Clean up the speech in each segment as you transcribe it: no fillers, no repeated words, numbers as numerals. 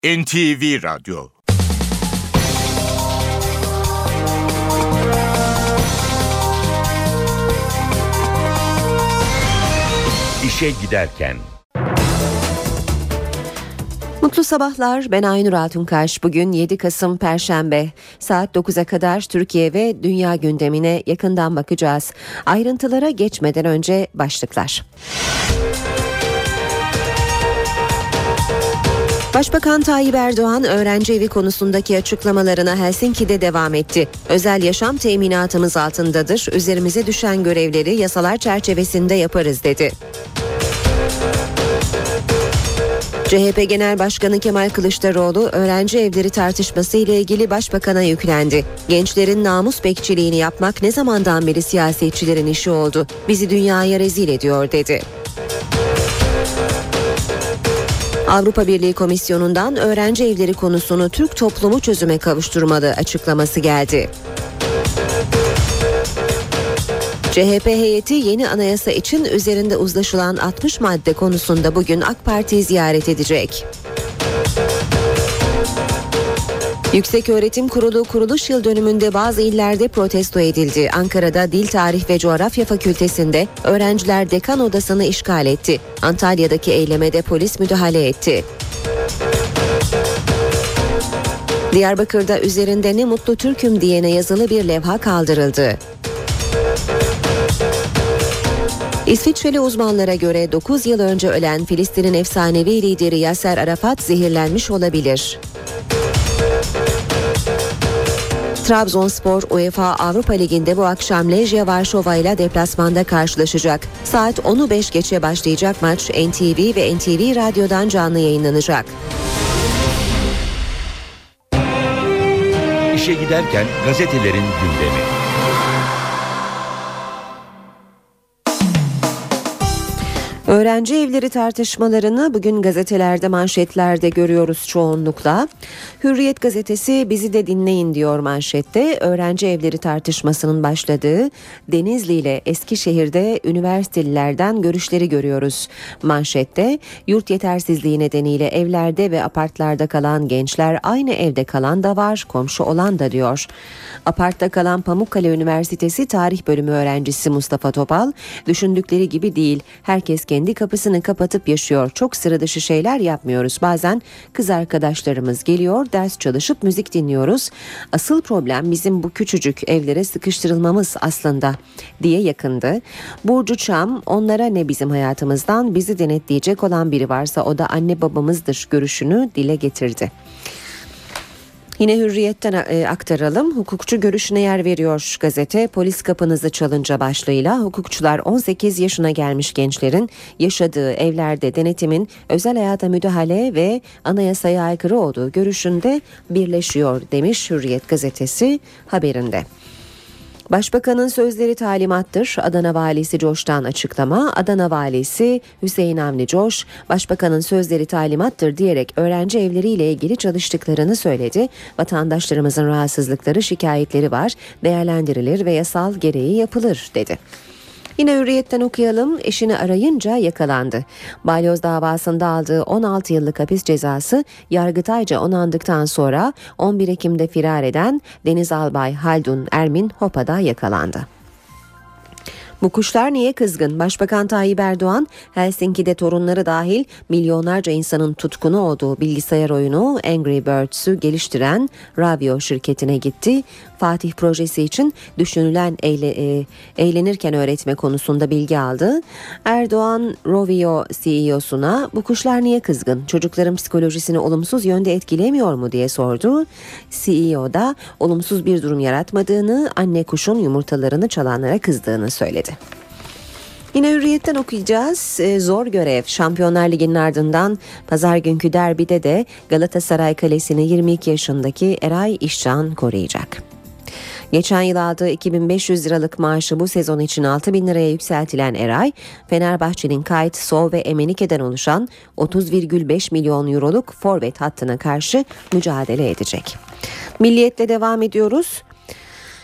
NTV Radyo. İşe giderken. Mutlu sabahlar, ben Aynur Altunkaş. Bugün 7 Kasım Perşembe. Saat 9'a kadar Türkiye ve dünya gündemine yakından bakacağız. Ayrıntılara geçmeden önce başlıklar. Başbakan Tayyip Erdoğan öğrenci evi konusundaki açıklamalarına Helsinki'de devam etti. Özel yaşam teminatımız altındadır. Üzerimize düşen görevleri yasalar çerçevesinde yaparız dedi. CHP Genel Başkanı Kemal Kılıçdaroğlu öğrenci evleri tartışması ile ilgili başbakana yüklendi. Gençlerin namus bekçiliğini yapmak ne zamandan beri siyasetçilerin işi oldu? Bizi dünyaya rezil ediyor dedi. Avrupa Birliği Komisyonu'ndan öğrenci evleri konusunu Türk toplumu çözüme kavuşturmalı açıklaması geldi. CHP heyeti yeni anayasa için üzerinde uzlaşılan 60 madde konusunda bugün AK Parti'yi ziyaret edecek. Yükseköğretim Kurulu kuruluş yıl dönümünde bazı illerde protesto edildi. Ankara'da Dil Tarih ve Coğrafya Fakültesi'nde öğrenciler dekan odasını işgal etti. Antalya'daki eylemede polis müdahale etti. Diyarbakır'da üzerinde "Ne mutlu Türk'üm" diyene yazılı bir levha kaldırıldı. İsviçreli uzmanlara göre 9 yıl önce ölen Filistin'in efsanevi lideri Yaser Arafat zehirlenmiş olabilir. Trabzonspor UEFA Avrupa Ligi'nde bu akşam Lejia Varşova ile deplasmanda karşılaşacak. Saat 10'u 5 geçe başlayacak maç NTV ve NTV Radyo'dan canlı yayınlanacak. İşe giderken gazetelerin gündemi. Öğrenci evleri tartışmalarını bugün gazetelerde, manşetlerde görüyoruz çoğunlukla. Hürriyet gazetesi "Bizi de dinleyin" diyor manşette. Öğrenci evleri tartışmasının başladığı Denizli ile Eskişehir'de üniversitelilerden görüşleri görüyoruz. Manşette yurt yetersizliği nedeniyle evlerde ve apartlarda kalan gençler, aynı evde kalan da var, komşu olan da diyor. Apartta kalan Pamukkale Üniversitesi Tarih Bölümü öğrencisi Mustafa Topal, "Düşündükleri gibi değil. Herkes kendi kapısını kapatıp yaşıyor. Çok sıra dışı şeyler yapmıyoruz. Bazen kız arkadaşlarımız geliyor, ders çalışıp müzik dinliyoruz. Asıl problem bizim bu küçücük evlere sıkıştırılmamız aslında" diye yakındı. Burcu Çam, "Onlara ne bizim hayatımızdan, bizi denetleyecek olan biri varsa o da anne babamızdır" görüşünü dile getirdi. Yine Hürriyet'ten aktaralım. Hukukçu görüşüne yer veriyor gazete. "Polis kapınızı çalınca" başlığıyla hukukçular 18 yaşına gelmiş gençlerin yaşadığı evlerde denetimin özel hayata müdahale ve anayasaya aykırı olduğu görüşünde birleşiyor demiş Hürriyet gazetesi haberinde. Başbakanın sözleri talimattır. Adana Valisi Coş'tan açıklama. Adana Valisi Hüseyin Avni Coş, "Başbakanın sözleri talimattır" diyerek öğrenci evleriyle ilgili çalıştıklarını söyledi. "Vatandaşlarımızın rahatsızlıkları, şikayetleri var. Değerlendirilir ve yasal gereği yapılır" dedi. Yine Hürriyet'ten okuyalım. Eşini arayınca yakalandı. Balyoz davasında aldığı 16 yıllık hapis cezası Yargıtay'ca onandıktan sonra 11 Ekim'de firar eden Deniz Albay Haldun Ermin Hopa'da yakalandı. Bu kuşlar niye kızgın? Başbakan Tayyip Erdoğan, Helsinki'de torunları dahil milyonlarca insanın tutkunu olduğu bilgisayar oyunu Angry Birds'ü geliştiren Ravio şirketine gitti. Fatih projesi için düşünülen eğlenirken öğretme konusunda bilgi aldı. Erdoğan, Ravio CEO'suna "Bu kuşlar niye kızgın? Çocukların psikolojisini olumsuz yönde etkilemiyor mu?" diye sordu. CEO da olumsuz bir durum yaratmadığını, anne kuşun yumurtalarını çalanlara kızdığını söyledi. Yine Hürriyet'ten okuyacağız. Zor görev. Şampiyonlar Ligi'nin ardından pazar günkü derbide de Galatasaray kalesini 22 yaşındaki Eray İşcan koruyacak. Geçen yıl aldığı 2.500 liralık maaşı bu sezon için 6.000 liraya yükseltilen Eray, Fenerbahçe'nin Kayt, Sov ve Emenike'den oluşan 30,5 milyon euroluk forvet hattına karşı mücadele edecek. Milliyet'le devam ediyoruz.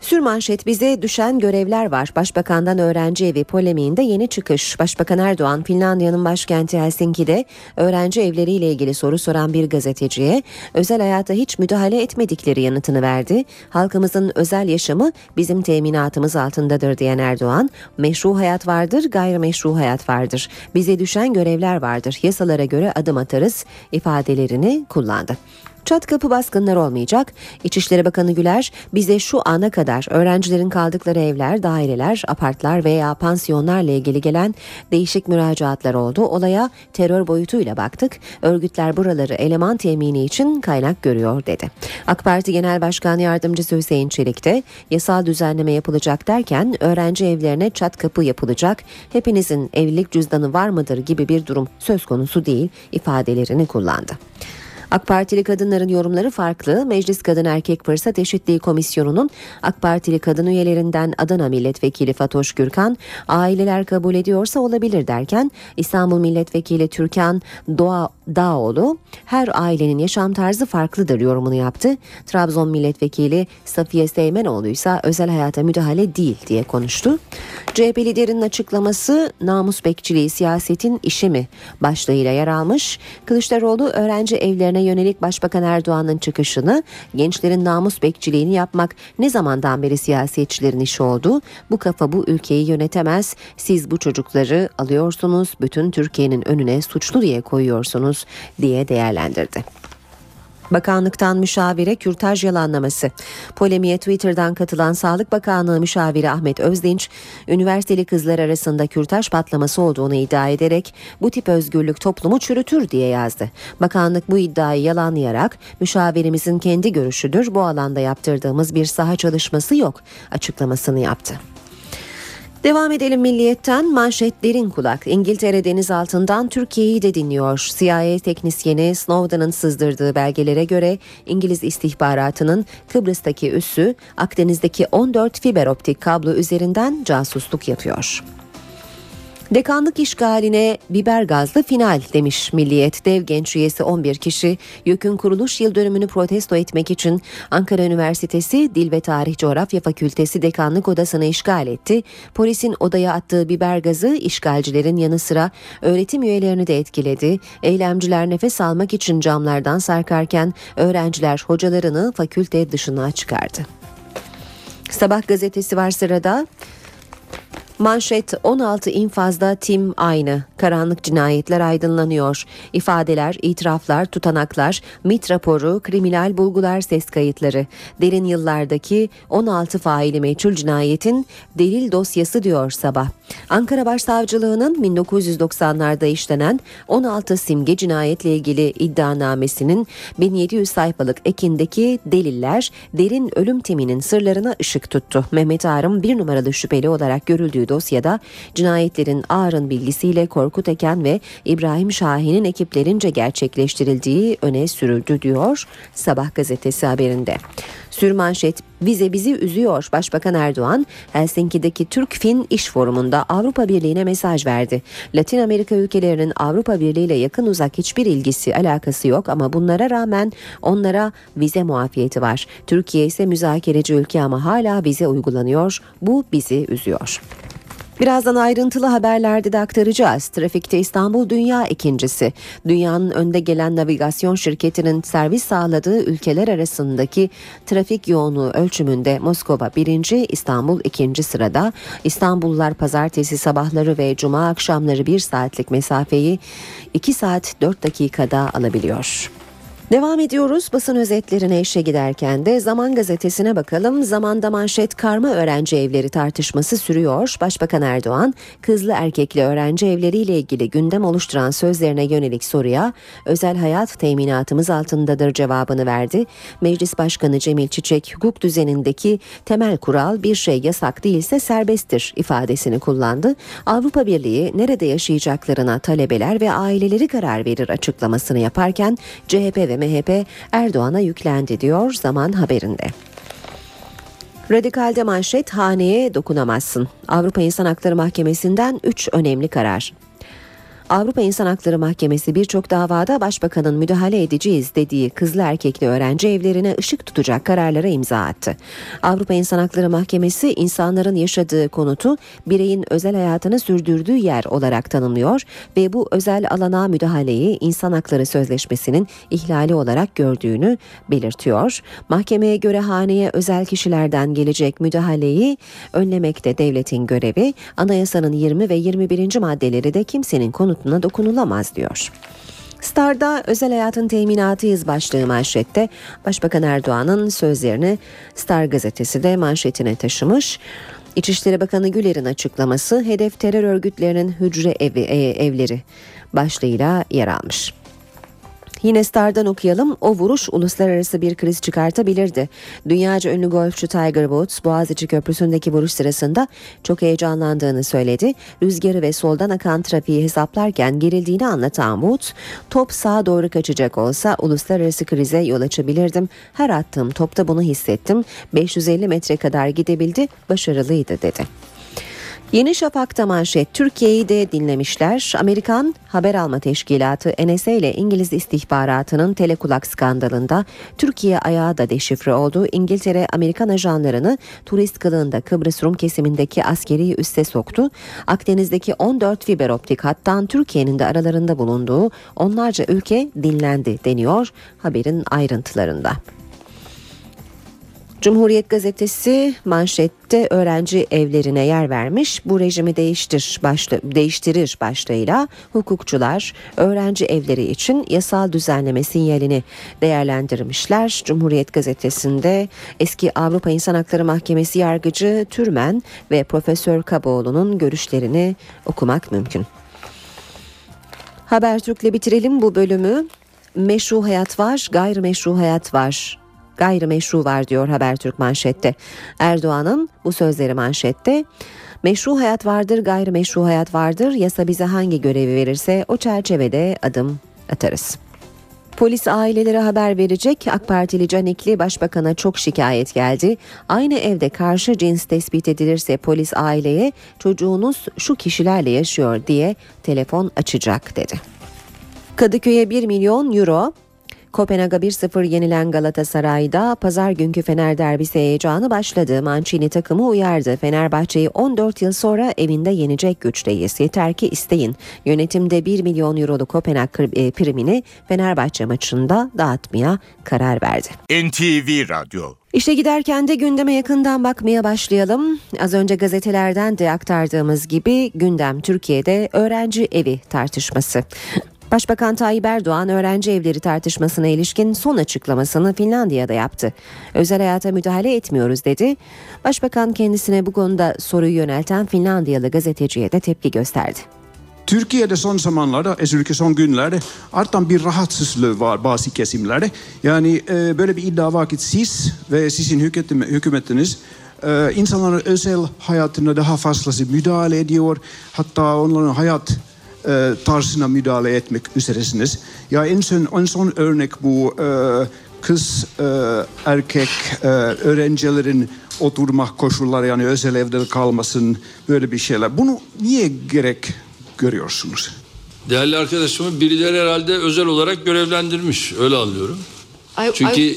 Sürmanşet bize düşen görevler var. Başbakandan öğrenci evi polemiğinde yeni çıkış. Başbakan Erdoğan, Finlandiya'nın başkenti Helsinki'de öğrenci evleriyle ilgili soru soran bir gazeteciye özel hayata hiç müdahale etmedikleri yanıtını verdi. Halkımızın özel yaşamı bizim teminatımız altındadır diyen Erdoğan, meşru hayat vardır, gayrimeşru hayat vardır. Bize düşen görevler vardır. Yasalara göre adım atarız ifadelerini kullandı. Çat kapı baskınlar olmayacak. İçişleri Bakanı Güler, bize şu ana kadar öğrencilerin kaldıkları evler, daireler, apartlar veya pansiyonlarla ilgili gelen değişik müracaatlar oldu. Olaya terör boyutuyla baktık. Örgütler buraları eleman temini için kaynak görüyor dedi. AK Parti Genel Başkan Yardımcısı Hüseyin Çelik de yasal düzenleme yapılacak derken öğrenci evlerine çat kapı yapılacak. Hepinizin evlilik cüzdanı var mıdır gibi bir durum söz konusu değil ifadelerini kullandı. AK Partili kadınların yorumları farklı. Meclis Kadın Erkek Fırsat Eşitliği Komisyonu'nun AK Partili kadın üyelerinden Adana Milletvekili Fatoş Gürkan, aileler kabul ediyorsa olabilir derken İstanbul Milletvekili Türkan Dağoğlu, her ailenin yaşam tarzı farklıdır yorumunu yaptı. Trabzon Milletvekili Safiye Seymenoğlu ise özel hayata müdahale değil diye konuştu. CHP liderinin açıklaması namus bekçiliği siyasetin işi mi başlığıyla yer almış. Kılıçdaroğlu öğrenci evlerine yönelik Başbakan Erdoğan'ın çıkışını, gençlerin namus bekçiliğini yapmak ne zamandan beri siyasetçilerin işi oldu? Bu kafa bu ülkeyi yönetemez. Siz bu çocukları alıyorsunuz, bütün Türkiye'nin önüne suçlu diye koyuyorsunuz diye değerlendirdi. Bakanlıktan müşavire kürtaj yalanlaması. Polemiğe Twitter'dan katılan Sağlık Bakanlığı müşaviri Ahmet Özdinç, üniversiteli kızlar arasında kürtaj patlaması olduğunu iddia ederek bu tip özgürlük toplumu çürütür diye yazdı. Bakanlık bu iddiayı yalanlayarak müşavirimizin kendi görüşüdür, bu alanda yaptırdığımız bir saha çalışması yok açıklamasını yaptı. Devam edelim Milliyet'ten. Manşet derin kulak. İngiltere denizaltından Türkiye'yi de dinliyor. CIA teknisyeni Snowden'ın sızdırdığı belgelere göre İngiliz istihbaratının Kıbrıs'taki üssü Akdeniz'deki 14 fiber optik kablo üzerinden casusluk yapıyor. Dekanlık işgaline biber gazlı final demiş Milliyet. Dev Genç üyesi 11 kişi YÖK'ün kuruluş yıl dönümünü protesto etmek için Ankara Üniversitesi Dil ve Tarih Coğrafya Fakültesi dekanlık odasını işgal etti. Polisin odaya attığı biber gazı işgalcilerin yanı sıra öğretim üyelerini de etkiledi. Eylemciler nefes almak için camlardan sarkarken öğrenciler hocalarını fakülte dışına çıkardı. Sabah gazetesi var sırada. Manşet 16 infazda tim aynı. Karanlık cinayetler aydınlanıyor. İfadeler, itiraflar, tutanaklar, MİT raporu, kriminal bulgular, ses kayıtları. Derin yıllardaki 16 faili meçhul cinayetin delil dosyası diyor Sabah. Ankara Başsavcılığı'nın 1990'larda işlenen 16 simge cinayetle ilgili iddianamesinin 1700 sayfalık ekindeki deliller derin ölüm timinin sırlarına ışık tuttu. Mehmet Ağar'ın bir numaralı şüpheli olarak görüldüğü dosyada cinayetlerin Ağar'ın bilgisiyle Korkut Eken ve İbrahim Şahin'in ekiplerince gerçekleştirildiği öne sürüldü diyor Sabah gazetesi haberinde. Sürmanşet vize bizi üzüyor. Başbakan Erdoğan Helsinki'deki Türk-Fin İş Forumu'nda Avrupa Birliği'ne mesaj verdi. Latin Amerika ülkelerinin Avrupa Birliği ile yakın uzak hiçbir ilgisi alakası yok ama bunlara rağmen onlara vize muafiyeti var. Türkiye ise müzakereci ülke ama hala vize uygulanıyor. Bu bizi üzüyor. Birazdan ayrıntılı haberlerde de aktaracağız. Trafikte İstanbul dünya ikincisi. Dünyanın önde gelen navigasyon şirketinin servis sağladığı ülkeler arasındaki trafik yoğunluğu ölçümünde Moskova 1. İstanbul 2. sırada. İstanbullular pazartesi sabahları ve cuma akşamları 1 saatlik mesafeyi 2 saat 4 dakikada alabiliyor. Devam ediyoruz basın özetlerine işe giderken de Zaman gazetesine bakalım. Zaman'da manşet karma öğrenci evleri tartışması sürüyor. Başbakan Erdoğan kızlı erkekli öğrenci evleriyle ilgili gündem oluşturan sözlerine yönelik soruya özel hayat teminatımız altındadır cevabını verdi. Meclis Başkanı Cemil Çiçek hukuk düzenindeki temel kural bir şey yasak değilse serbesttir ifadesini kullandı. Avrupa Birliği nerede yaşayacaklarına talebeler ve aileleri karar verir açıklamasını yaparken CHP ve MHP Erdoğan'a yüklendi diyor Zaman haberinde. Radikal'de manşet haneye dokunamazsın. Avrupa İnsan Hakları Mahkemesi'nden 3 önemli karar. Avrupa İnsan Hakları Mahkemesi birçok davada başbakanın müdahale edeceğiz dediği kızlı erkekli öğrenci evlerine ışık tutacak kararlara imza attı. Avrupa İnsan Hakları Mahkemesi insanların yaşadığı konutu bireyin özel hayatını sürdürdüğü yer olarak tanımlıyor ve bu özel alana müdahaleyi İnsan Hakları Sözleşmesi'nin ihlali olarak gördüğünü belirtiyor. Mahkemeye göre haneye özel kişilerden gelecek müdahaleyi önlemek de devletin görevi. Anayasanın 20 ve 21. maddeleri de kimsenin konutuna dokunulamaz diyor. Star'da özel hayatın teminatıyız başlığı manşette. Başbakan Erdoğan'ın sözlerini Star gazetesi de manşetine taşımış. İçişleri Bakanı Güler'in açıklaması hedef terör örgütlerinin hücre evleri başlığıyla yer almış. Yine Star'dan okuyalım. O vuruş uluslararası bir kriz çıkartabilirdi. Dünyaca ünlü golfçü Tiger Woods Boğaziçi Köprüsü'ndeki vuruş sırasında çok heyecanlandığını söyledi. Rüzgarı ve soldan akan trafiği hesaplarken gerildiğini anlatan Woods, top sağa doğru kaçacak olsa uluslararası krize yol açabilirdim. Her attığım topta bunu hissettim. 550 metre kadar gidebildi, başarılıydı dedi. Yeni Şafak'ta manşet Türkiye'yi de dinlemişler. Amerikan Haber Alma Teşkilatı NSA ile İngiliz istihbaratının telekulak skandalında Türkiye ayağı da deşifre oldu. İngiltere Amerikan ajanlarını turist kılığında Kıbrıs Rum kesimindeki askeri üsse soktu. Akdeniz'deki 14 fiber optik hattan Türkiye'nin de aralarında bulunduğu onlarca ülke dinlendi deniyor haberin ayrıntılarında. Cumhuriyet gazetesi manşette öğrenci evlerine yer vermiş. Bu rejimi değiştirir başlığıyla hukukçular öğrenci evleri için yasal düzenleme sinyalini değerlendirmişler. Cumhuriyet gazetesinde eski Avrupa İnsan Hakları Mahkemesi yargıcı Türmen ve Profesör Kaboğlu'nun görüşlerini okumak mümkün. Habertürk'le bitirelim bu bölümü. Meşru hayat var, gayrimeşru hayat var. Gayrimeşru var diyor Habertürk manşette. Erdoğan'ın bu sözleri manşette. Meşru hayat vardır, gayrimeşru hayat vardır. Yasa bize hangi görevi verirse o çerçevede adım atarız. Polis ailelere haber verecek. AK Partili Canikli Başbakan'a çok şikayet geldi. Aynı evde karşı cins tespit edilirse polis aileye çocuğunuz şu kişilerle yaşıyor diye telefon açacak dedi. Kadıköy'e 1 milyon euro. Kopenhag'a 1-0 yenilen Galatasaray'da pazar günkü Fener derbisi heyecanı başladı. Mancini takımı uyardı. Fenerbahçe'yi 14 yıl sonra evinde yenecek güçteyiz. Yeter ki isteyin. Yönetimde 1 milyon euroluk Kopenhag primini Fenerbahçe maçında dağıtmaya karar verdi. NTV Radyo. İşte giderken de gündeme yakından bakmaya başlayalım. Az önce gazetelerden de aktardığımız gibi gündem Türkiye'de öğrenci evi tartışması. Başbakan Tayyip Erdoğan öğrenci evleri tartışmasına ilişkin son açıklamasını Finlandiya'da yaptı. Özel hayata müdahale etmiyoruz dedi. Başbakan kendisine bu konuda soruyu yönelten Finlandiyalı gazeteciye de tepki gösterdi. Türkiye'de son zamanlarda, özellikle son günlerde artan bir rahatsızlığı var bazı kesimlerde. Yani böyle bir iddia var ki siz ve sizin hükümetiniz insanların özel hayatına daha fazlası müdahale ediyor. Hatta onların hayat tarzına müdahale etmek üzeresiniz. Ya en son örnek bu kız erkek öğrencilerin oturma koşulları, yani özel evde kalmasın, böyle bir şeyler. Bunu niye gerek görüyorsunuz? Değerli arkadaşımı birileri herhalde özel olarak görevlendirmiş, öyle anlıyorum. Çünkü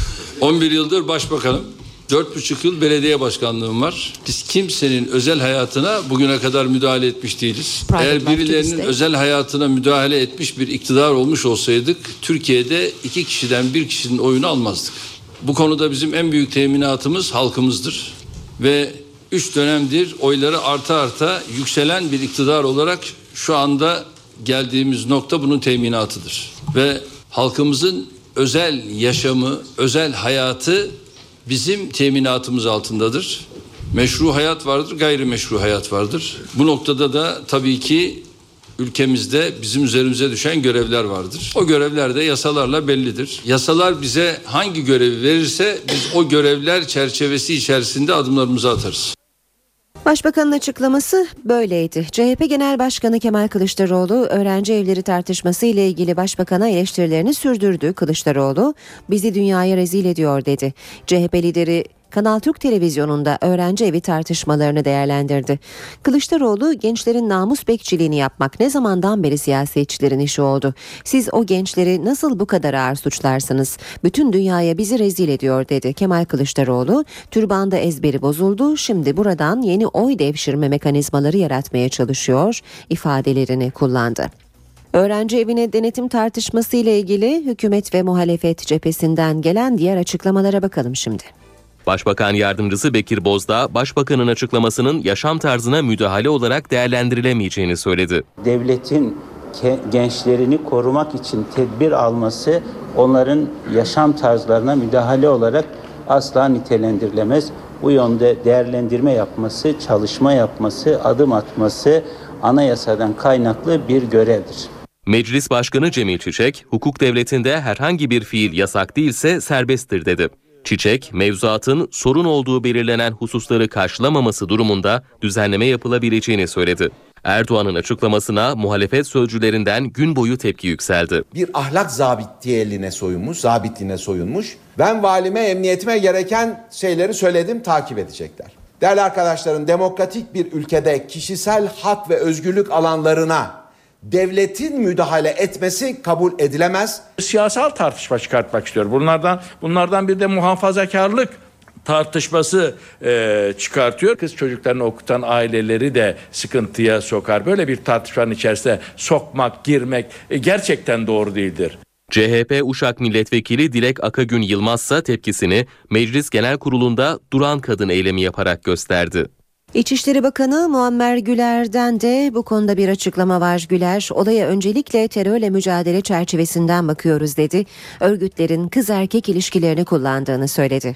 11 yıldır başbakanım. 4,5 yıl belediye başkanlığım var. Biz kimsenin özel hayatına bugüne kadar müdahale etmiş değiliz. Eğer birilerinin özel hayatına müdahale etmiş bir iktidar olmuş olsaydık, Türkiye'de 2 kişiden 1 kişinin oyunu almazdık. Bu konuda bizim en büyük teminatımız halkımızdır. Ve 3 dönemdir oyları arta yükselen bir iktidar olarak şu anda geldiğimiz nokta bunun teminatıdır. Ve halkımızın özel yaşamı, özel hayatı bizim teminatımız altındadır. Meşru hayat vardır, gayrimeşru hayat vardır. Bu noktada da tabii ki ülkemizde bizim üzerimize düşen görevler vardır. O görevler de yasalarla bellidir. Yasalar bize hangi görevi verirse biz o görevler çerçevesi içerisinde adımlarımızı atarız. Başbakanın açıklaması böyleydi. CHP Genel Başkanı Kemal Kılıçdaroğlu öğrenci evleri tartışması ile ilgili başbakana eleştirilerini sürdürdü. Kılıçdaroğlu bizi dünyaya rezil ediyor dedi. CHP lideri Kanal Türk Televizyonu'nda öğrenci evi tartışmalarını değerlendirdi. Kılıçdaroğlu, gençlerin namus bekçiliğini yapmak ne zamandan beri siyasetçilerin işi oldu? Siz o gençleri nasıl bu kadar ağır suçlarsınız? Bütün dünyaya bizi rezil ediyor dedi Kemal Kılıçdaroğlu. Türbanda ezberi bozuldu. Şimdi buradan yeni oy devşirme mekanizmaları yaratmaya çalışıyor ifadelerini kullandı. Öğrenci evine denetim tartışması ile ilgili hükümet ve muhalefet cephesinden gelen diğer açıklamalara bakalım şimdi. Başbakan Yardımcısı Bekir Bozdağ, Başbakanın açıklamasının yaşam tarzına müdahale olarak değerlendirilemeyeceğini söyledi. Devletin gençlerini korumak için tedbir alması onların yaşam tarzlarına müdahale olarak asla nitelendirilemez. Bu yönde değerlendirme yapması, çalışma yapması, adım atması anayasadan kaynaklı bir görevdir. Meclis Başkanı Cemil Çiçek, hukuk devletinde herhangi bir fiil yasak değilse serbesttir dedi. Çiçek, mevzuatın sorun olduğu belirlenen hususları karşılamaması durumunda düzenleme yapılabileceğini söyledi. Erdoğan'ın açıklamasına muhalefet sözcülerinden gün boyu tepki yükseldi. Bir ahlak zabitliğine soyunmuş. Ben valime, emniyetime gereken şeyleri söyledim, takip edecekler. Değerli arkadaşlarım, demokratik bir ülkede kişisel hak ve özgürlük alanlarına devletin müdahale etmesi kabul edilemez. Siyasal tartışma çıkartmak istiyor. Bunlardan bir de muhafazakarlık tartışması çıkartıyor. Kız çocuklarını okutan aileleri de sıkıntıya sokar. Böyle bir tartışmanın içerisine sokmak, girmek gerçekten doğru değildir. CHP Uşak Milletvekili Dilek Akagün Yılmazsa tepkisini Meclis Genel Kurulu'nda duran kadın eylemi yaparak gösterdi. İçişleri Bakanı Muammer Güler'den de bu konuda bir açıklama var. Güler, olaya öncelikle terörle mücadele çerçevesinden bakıyoruz dedi. Örgütlerin kız erkek ilişkilerini kullandığını söyledi.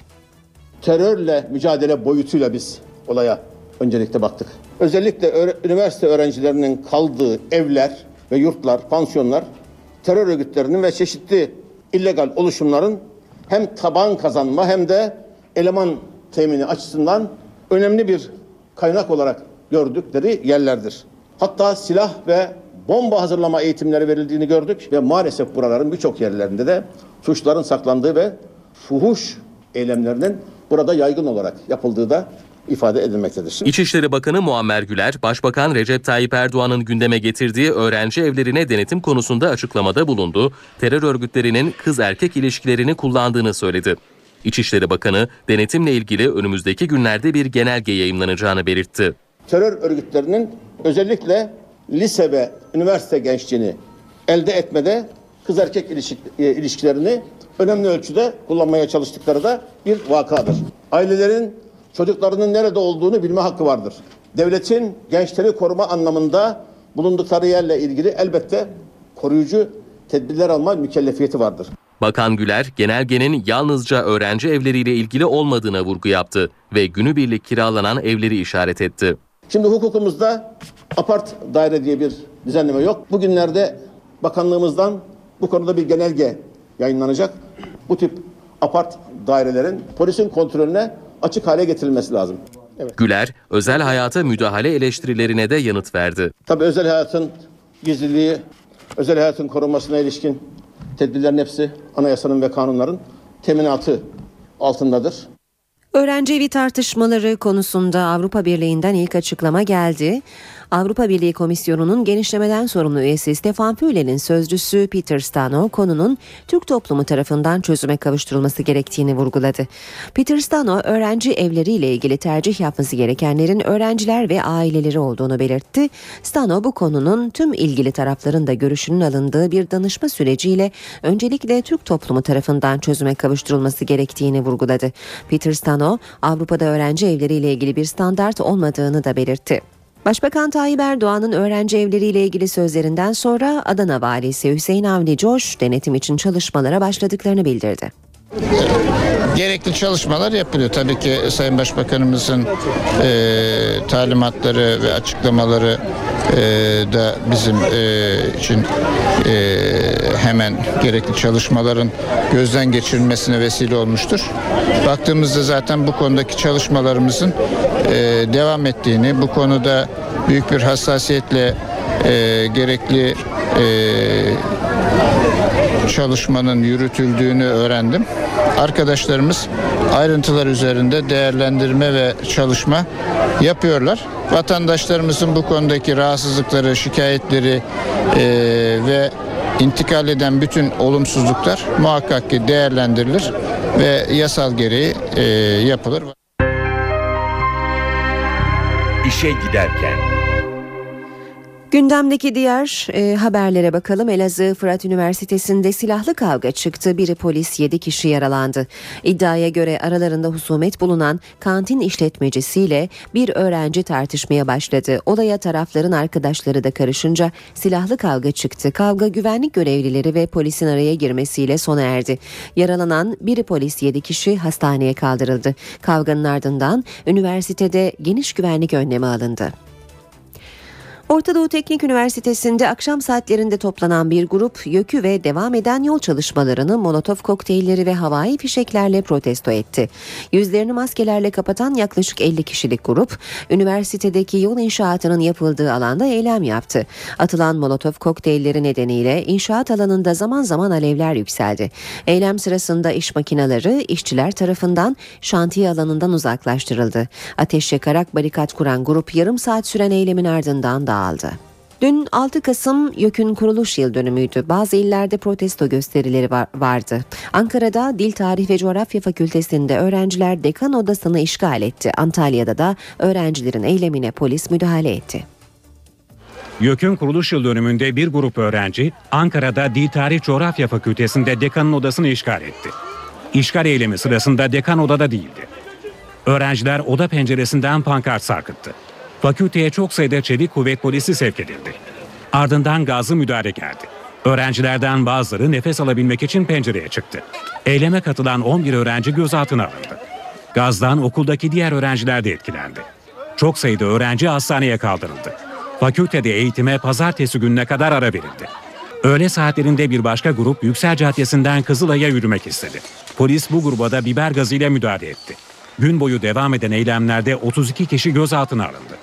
Terörle mücadele boyutuyla biz olaya öncelikle baktık. Özellikle üniversite öğrencilerinin kaldığı evler ve yurtlar, pansiyonlar terör örgütlerinin ve çeşitli illegal oluşumların hem taban kazanma hem de eleman temini açısından önemli bir kaynak olarak gördükleri yerlerdir. Hatta silah ve bomba hazırlama eğitimleri verildiğini gördük ve maalesef buraların birçok yerlerinde de suçların saklandığı ve fuhuş eylemlerinin burada yaygın olarak yapıldığı da ifade edilmektedir. İçişleri Bakanı Muammer Güler, Başbakan Recep Tayyip Erdoğan'ın gündeme getirdiği öğrenci evlerine denetim konusunda açıklamada bulundu. Terör örgütlerinin kız erkek ilişkilerini kullandığını söyledi. İçişleri Bakanı, denetimle ilgili önümüzdeki günlerde bir genelge yayımlanacağını belirtti. Terör örgütlerinin özellikle lise ve üniversite gençliğini elde etmede kız erkek ilişkilerini önemli ölçüde kullanmaya çalıştıkları da bir vakadır. Ailelerin çocuklarının nerede olduğunu bilme hakkı vardır. Devletin gençleri koruma anlamında bulundukları yerle ilgili elbette koruyucu tedbirler alma mükellefiyeti vardır. Bakan Güler, genelgenin yalnızca öğrenci evleriyle ilgili olmadığına vurgu yaptı ve günübirlik kiralanan evleri işaret etti. Şimdi hukukumuzda apart daire diye bir düzenleme yok. Bugünlerde bakanlığımızdan bu konuda bir genelge yayınlanacak. Bu tip apart dairelerin polisin kontrolüne açık hale getirilmesi lazım. Evet. Güler, özel hayata müdahale eleştirilerine de yanıt verdi. Tabii özel hayatın gizliliği, özel hayatın korunmasına ilişkin tedbirlerin hepsi anayasanın ve kanunların teminatı altındadır. Öğrenci evi tartışmaları konusunda Avrupa Birliği'nden ilk açıklama geldi. Avrupa Birliği Komisyonu'nun genişlemeden sorumlu üyesi Stefan Füle'nin sözcüsü Peter Stano konunun Türk toplumu tarafından çözüme kavuşturulması gerektiğini vurguladı. Peter Stano, öğrenci evleriyle ilgili tercih yapması gerekenlerin öğrenciler ve aileleri olduğunu belirtti. Stano, bu konunun tüm ilgili tarafların da görüşünün alındığı bir danışma süreciyle öncelikle Türk toplumu tarafından çözüme kavuşturulması gerektiğini vurguladı. Peter Stano, Avrupa'da öğrenci evleriyle ilgili bir standart olmadığını da belirtti. Başbakan Tayyip Erdoğan'ın öğrenci evleriyle ilgili sözlerinden sonra Adana Valisi Hüseyin Avni Coş denetim için çalışmalara başladıklarını bildirdi. Gerekli çalışmalar yapılıyor. Tabii ki Sayın Başbakanımızın talimatları ve açıklamaları da bizim için hemen gerekli çalışmaların gözden geçirilmesine vesile olmuştur. Baktığımızda zaten bu konudaki çalışmalarımızın devam ettiğini, bu konuda büyük bir hassasiyetle gerekli çalışmanın yürütüldüğünü öğrendim. arkadaşlarımız ayrıntılar üzerinde değerlendirme ve çalışma yapıyorlar. Vatandaşlarımızın bu konudaki rahatsızlıkları, şikayetleri ve intikal eden bütün olumsuzluklar muhakkak ki değerlendirilir ve yasal gereği yapılır. İşe giderken. Gündemdeki diğer haberlere bakalım. Elazığ Fırat Üniversitesi'nde silahlı kavga çıktı. Biri polis, 7 kişi yaralandı. İddiaya göre aralarında husumet bulunan kantin işletmecisiyle bir öğrenci tartışmaya başladı. Olaya tarafların arkadaşları da karışınca silahlı kavga çıktı. Kavga güvenlik görevlileri ve polisin araya girmesiyle sona erdi. Yaralanan biri polis, 7 kişi hastaneye kaldırıldı. Kavganın ardından üniversitede geniş güvenlik önlemi alındı. Orta Doğu Teknik Üniversitesi'nde akşam saatlerinde toplanan bir grup YÖK'ü ve devam eden yol çalışmalarını molotof kokteylleri ve havai fişeklerle protesto etti. Yüzlerini maskelerle kapatan yaklaşık 50 kişilik grup, üniversitedeki yol inşaatının yapıldığı alanda eylem yaptı. Atılan molotof kokteylleri nedeniyle inşaat alanında zaman zaman alevler yükseldi. Eylem sırasında iş makineleri işçiler tarafından şantiye alanından uzaklaştırıldı. Ateş yakarak barikat kuran grup yarım saat süren eylemin ardından dağıldı. Dün 6 Kasım YÖK'ün kuruluş yıl dönümüydü. Bazı illerde protesto gösterileri vardı. Ankara'da Dil, Tarih ve Coğrafya Fakültesi'nde öğrenciler dekan odasını işgal etti. Antalya'da da öğrencilerin eylemine polis müdahale etti. YÖK'ün kuruluş yıl dönümünde bir grup öğrenci Ankara'da Dil, Tarih, Coğrafya Fakültesi'nde dekanın odasını işgal etti. İşgal eylemi sırasında dekan odada değildi. Öğrenciler oda penceresinden pankart sarkıttı. Fakülteye çok sayıda çevik kuvvet polisi sevk edildi. Ardından gazlı müdahale geldi. Öğrencilerden bazıları nefes alabilmek için pencereye çıktı. Eyleme katılan 11 öğrenci gözaltına alındı. Gazdan okuldaki diğer öğrenciler de etkilendi. Çok sayıda öğrenci hastaneye kaldırıldı. Fakültede eğitime pazartesi gününe kadar ara verildi. Öğle saatlerinde bir başka grup Yüksel Caddesi'nden Kızılay'a yürümek istedi. Polis bu gruba da biber gazıyla müdahale etti. Gün boyu devam eden eylemlerde 32 kişi gözaltına alındı.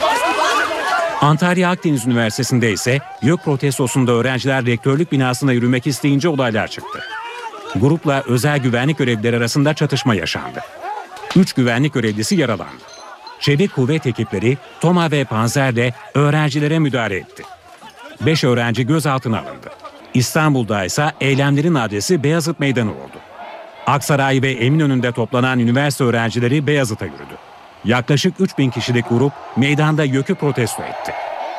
Antalya Akdeniz Üniversitesi'nde ise YÖK protestosunda öğrenciler rektörlük binasına yürümek isteyince olaylar çıktı. Grupla özel güvenlik görevlileri arasında çatışma yaşandı. 3 güvenlik görevlisi yaralandı. Çevik kuvvet ekipleri Toma ve Panzer'le öğrencilere müdahale etti. 5 öğrenci gözaltına alındı. İstanbul'da ise eylemlerin adresi Beyazıt Meydanı oldu. Aksaray ve Eminönü'nde toplanan üniversite öğrencileri Beyazıt'a yürüdü. Yaklaşık 3000 kişilik grup meydanda YÖK'ü protesto etti.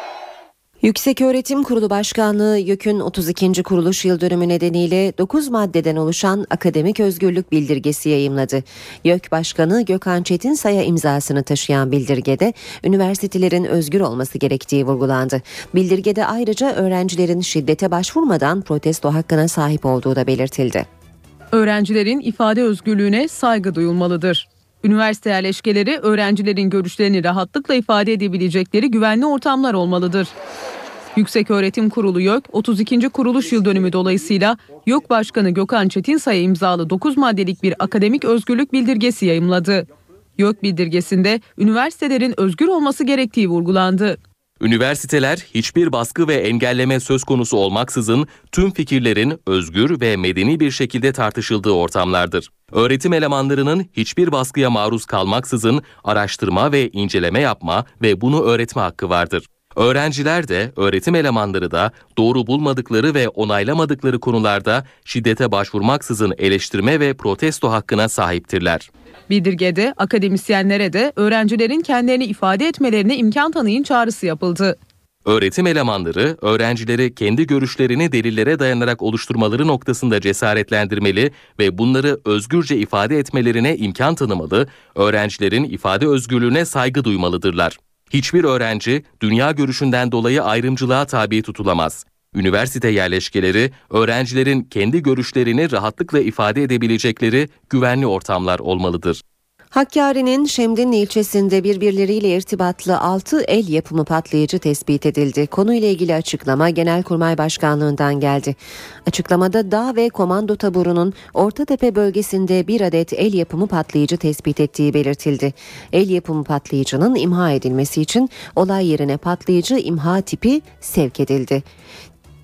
Yükseköğretim Kurulu Başkanlığı YÖK'ün 32. kuruluş yıl dönümü nedeniyle 9 maddeden oluşan akademik özgürlük bildirgesi yayımladı. YÖK Başkanı Gökhan Çetinsay'a imzasını taşıyan bildirgede üniversitelerin özgür olması gerektiği vurgulandı. Bildirgede ayrıca öğrencilerin şiddete başvurmadan protesto hakkına sahip olduğu da belirtildi. Öğrencilerin ifade özgürlüğüne saygı duyulmalıdır. Üniversite yerleşkeleri öğrencilerin görüşlerini rahatlıkla ifade edebilecekleri güvenli ortamlar olmalıdır. Yükseköğretim Kurulu YÖK 32. kuruluş yıl dönümü dolayısıyla YÖK Başkanı Gökhan Çetinsay'a imzalı 9 maddelik bir akademik özgürlük bildirgesi yayımladı. YÖK bildirgesinde üniversitelerin özgür olması gerektiği vurgulandı. Üniversiteler hiçbir baskı ve engelleme söz konusu olmaksızın tüm fikirlerin özgür ve medeni bir şekilde tartışıldığı ortamlardır. Öğretim elemanlarının hiçbir baskıya maruz kalmaksızın araştırma ve inceleme yapma ve bunu öğretme hakkı vardır. Öğrenciler de, öğretim elemanları da doğru bulmadıkları ve onaylamadıkları konularda şiddete başvurmaksızın eleştirme ve protesto hakkına sahiptirler. Bildirgede akademisyenlere de öğrencilerin kendilerini ifade etmelerine imkan tanıyın çağrısı yapıldı. Öğretim elemanları, öğrencileri kendi görüşlerini delillere dayanarak oluşturmaları noktasında cesaretlendirmeli ve bunları özgürce ifade etmelerine imkan tanımalı, öğrencilerin ifade özgürlüğüne saygı duymalıdırlar. Hiçbir öğrenci dünya görüşünden dolayı ayrımcılığa tabi tutulamaz. Üniversite yerleşkeleri, öğrencilerin kendi görüşlerini rahatlıkla ifade edebilecekleri güvenli ortamlar olmalıdır. Hakkari'nin Şemdinli ilçesinde birbirleriyle irtibatlı 6 el yapımı patlayıcı tespit edildi. Konuyla ilgili açıklama Genelkurmay Başkanlığı'ndan geldi. Açıklamada dağ ve komando taburunun Ortatepe bölgesinde bir adet el yapımı patlayıcı tespit ettiği belirtildi. El yapımı patlayıcının imha edilmesi için olay yerine patlayıcı imha tipi sevk edildi.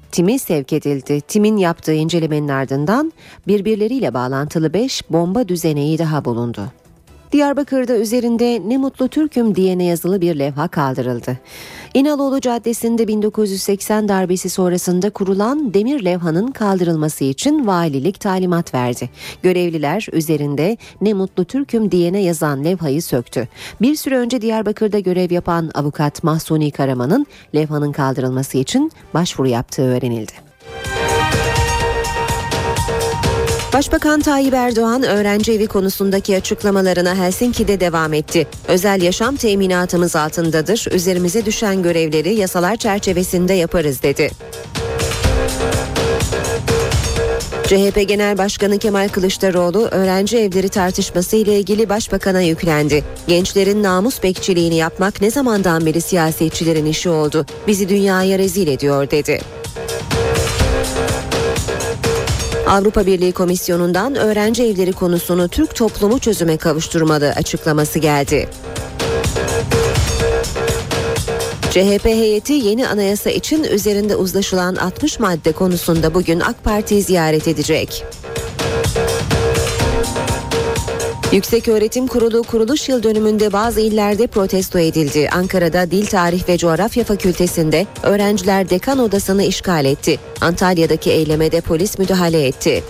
timi sevk edildi. Timin yaptığı incelemenin ardından birbirleriyle bağlantılı 5 bomba düzeneği daha bulundu. Diyarbakır'da üzerinde "Ne mutlu Türk'üm" diyene yazılı bir levha kaldırıldı. İnaloğlu Caddesi'nde 1980 darbesi sonrasında kurulan demir levhanın kaldırılması için valilik talimat verdi. Görevliler üzerinde "Ne mutlu Türk'üm" diyene yazan levhayı söktü. Bir süre önce Diyarbakır'da görev yapan avukat Mahsuni Karaman'ın levhanın kaldırılması için başvuru yaptığı öğrenildi. Başbakan Tayyip Erdoğan öğrenci evi konusundaki açıklamalarına Helsinki'de devam etti. Özel yaşam teminatımız altındadır. Üzerimize düşen görevleri yasalar çerçevesinde yaparız dedi. CHP Genel Başkanı Kemal Kılıçdaroğlu öğrenci evleri tartışması ile ilgili başbakana yüklendi. Gençlerin namus bekçiliğini yapmak ne zamandan beri siyasetçilerin işi oldu? Bizi dünyaya rezil ediyor dedi. Avrupa Birliği Komisyonu'ndan öğrenci evleri konusunu Türk toplumu çözüme kavuşturmalı açıklaması geldi. CHP heyeti yeni anayasa için üzerinde uzlaşılan 60 madde konusunda bugün AK Parti'yi ziyaret edecek. Yükseköğretim Kurulu kuruluş yıl dönümünde bazı illerde protesto edildi. Ankara'da Dil, Tarih ve Coğrafya Fakültesi'nde öğrenciler dekan odasını işgal etti. Antalya'daki eylemede polis müdahale etti.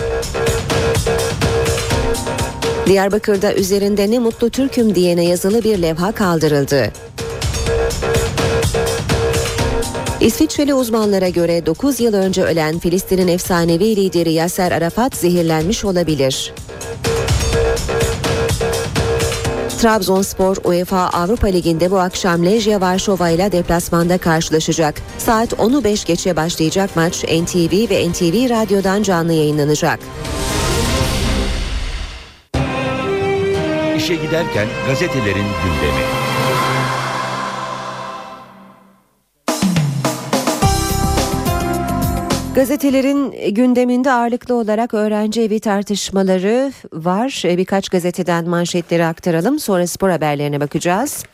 Diyarbakır'da üzerinde "Ne mutlu Türk'üm" diyene yazılı bir levha kaldırıldı. İsviçreli uzmanlara göre 9 yıl önce ölen Filistin'in efsanevi lideri Yasser Arafat zehirlenmiş olabilir. Trabzonspor UEFA Avrupa Ligi'nde bu akşam Lejia Varşova ile deplasmanda karşılaşacak. Saat 10'u 5 geçe başlayacak maç NTV ve NTV Radyo'dan canlı yayınlanacak. İşe giderken gazetelerin gündemi. Gazetelerin gündeminde ağırlıklı olarak öğrenci evi tartışmaları var. Birkaç gazeteden manşetleri aktaralım. Sonra spor haberlerine bakacağız.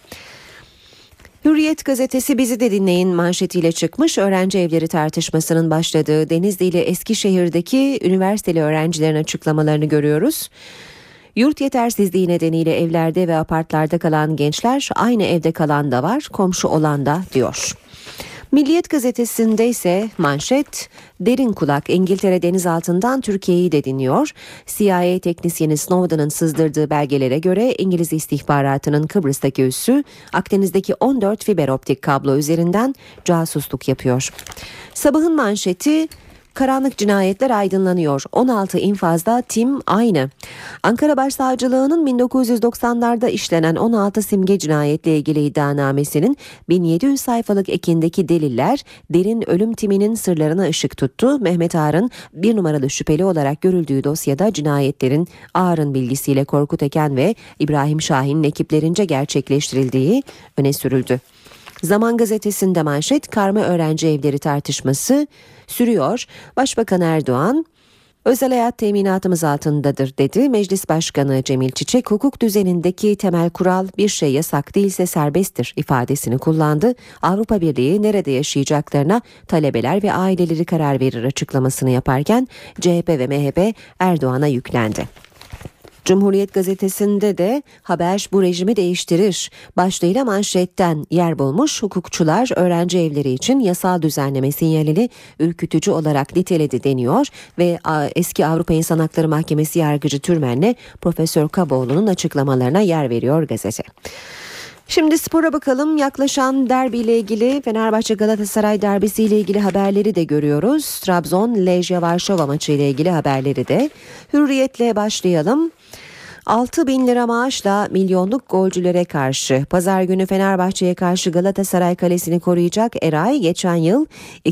Hürriyet gazetesi "Bizi de dinleyin" manşetiyle çıkmış. Öğrenci evleri tartışmasının başladığı Denizli ile Eskişehir'deki üniversiteli öğrencilerin açıklamalarını görüyoruz. Yurt yetersizliği nedeniyle evlerde ve apartlarda kalan gençler, aynı evde kalan da var, komşu olan da diyor. Milliyet gazetesinde ise manşet "Derin kulak İngiltere denizaltından Türkiye'yi de dinliyor." CIA teknisyeni Snowden'ın sızdırdığı belgelere göre İngiliz istihbaratının Kıbrıs'taki üssü Akdeniz'deki 14 fiber optik kablo üzerinden casusluk yapıyor. Sabahın manşeti "Karanlık cinayetler aydınlanıyor. 16 infazda tim aynı." Ankara Başsavcılığı'nın 1990'larda işlenen 16 simge cinayetle ilgili iddianamesinin 1700 sayfalık ekindeki deliller derin ölüm timinin sırlarına ışık tuttu. Mehmet Ağar'ın bir numaralı şüpheli olarak görüldüğü dosyada cinayetlerin Ağar'ın bilgisiyle Korkut Eken ve İbrahim Şahin'in ekiplerince gerçekleştirildiği öne sürüldü. Zaman gazetesinde manşet "Karma öğrenci evleri tartışması sürüyor." Başbakan Erdoğan "Özel hayat teminatımız altındadır" dedi. Meclis Başkanı Cemil Çiçek hukuk düzenindeki temel kural "bir şey yasak değilse serbesttir" ifadesini kullandı. Avrupa Birliği nerede yaşayacaklarına talebeler ve aileleri karar verir açıklamasını yaparken CHP ve MHP Erdoğan'a yüklendi. Cumhuriyet gazetesinde de haber "Bu rejimi değiştirir" başlığıyla manşetten yer bulmuş. Hukukçular öğrenci evleri için yasal düzenleme sinyalini ürkütücü olarak niteledi deniyor ve eski Avrupa İnsan Hakları Mahkemesi yargıcı Türmen'le Profesör Kaboğlu'nun açıklamalarına yer veriyor gazete. Şimdi spora bakalım. Yaklaşan derbiyle ilgili Fenerbahçe Galatasaray derbisiyle ilgili haberleri de görüyoruz. Trabzon Lejia Varşova maçı ile ilgili haberleri de. Hürriyetle başlayalım. 6.000 lira maaşla milyonluk golcülere karşı pazar günü Fenerbahçe'ye karşı Galatasaray kalesini koruyacak Eray geçen yıl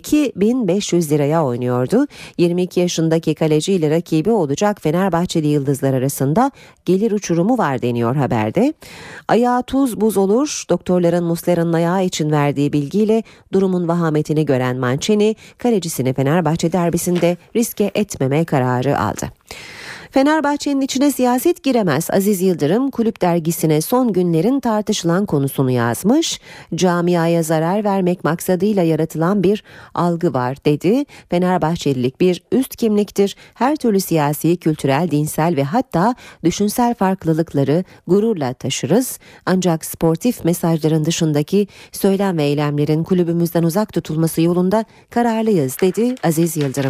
2.500 liraya oynuyordu. 22 yaşındaki kaleci ile rakibi olacak Fenerbahçeli yıldızlar arasında gelir uçurumu var deniyor haberde. Ayağı tuz buz olur. Doktorların Muslera'nın ayağı için verdiği bilgiyle durumun vahametini gören Mancini kalecisini Fenerbahçe derbisinde riske etmeme kararı aldı. Fenerbahçe'nin içine siyaset giremez. Aziz Yıldırım Kulüp dergisine son günlerin tartışılan konusunu yazmış. Camiaya zarar vermek maksadıyla yaratılan bir algı var dedi. Fenerbahçelilik bir üst kimliktir. Her türlü siyasi, kültürel, dinsel ve hatta düşünsel farklılıkları gururla taşırız. Ancak sportif mesajların dışındaki söylem ve eylemlerin kulübümüzden uzak tutulması yolunda kararlıyız dedi Aziz Yıldırım.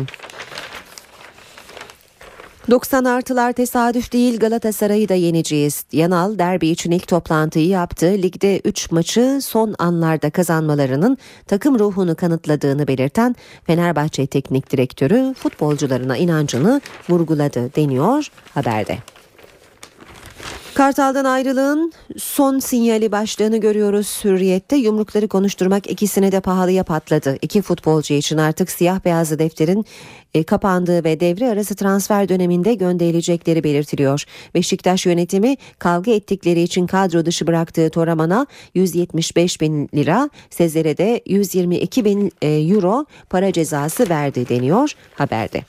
90 artılar tesadüf değil, Galatasaray'ı da yeneceğiz. Yanal derbi için ilk toplantıyı yaptı. Ligde 3 maçı son anlarda kazanmalarının takım ruhunu kanıtladığını belirten Fenerbahçe Teknik Direktörü futbolcularına inancını vurguladı deniyor haberde. Kartal'dan ayrılığın son sinyali başlığını görüyoruz Hürriyet'te. Yumrukları konuşturmak ikisine de pahalıya patladı. İki futbolcu için artık siyah beyazlı defterin kapandığı ve devre arası transfer döneminde gönderilecekleri belirtiliyor. Beşiktaş yönetimi kavga ettikleri için kadro dışı bıraktığı Toraman'a 175 bin lira, Sezer'e de 122 bin euro para cezası verdi deniyor haberde.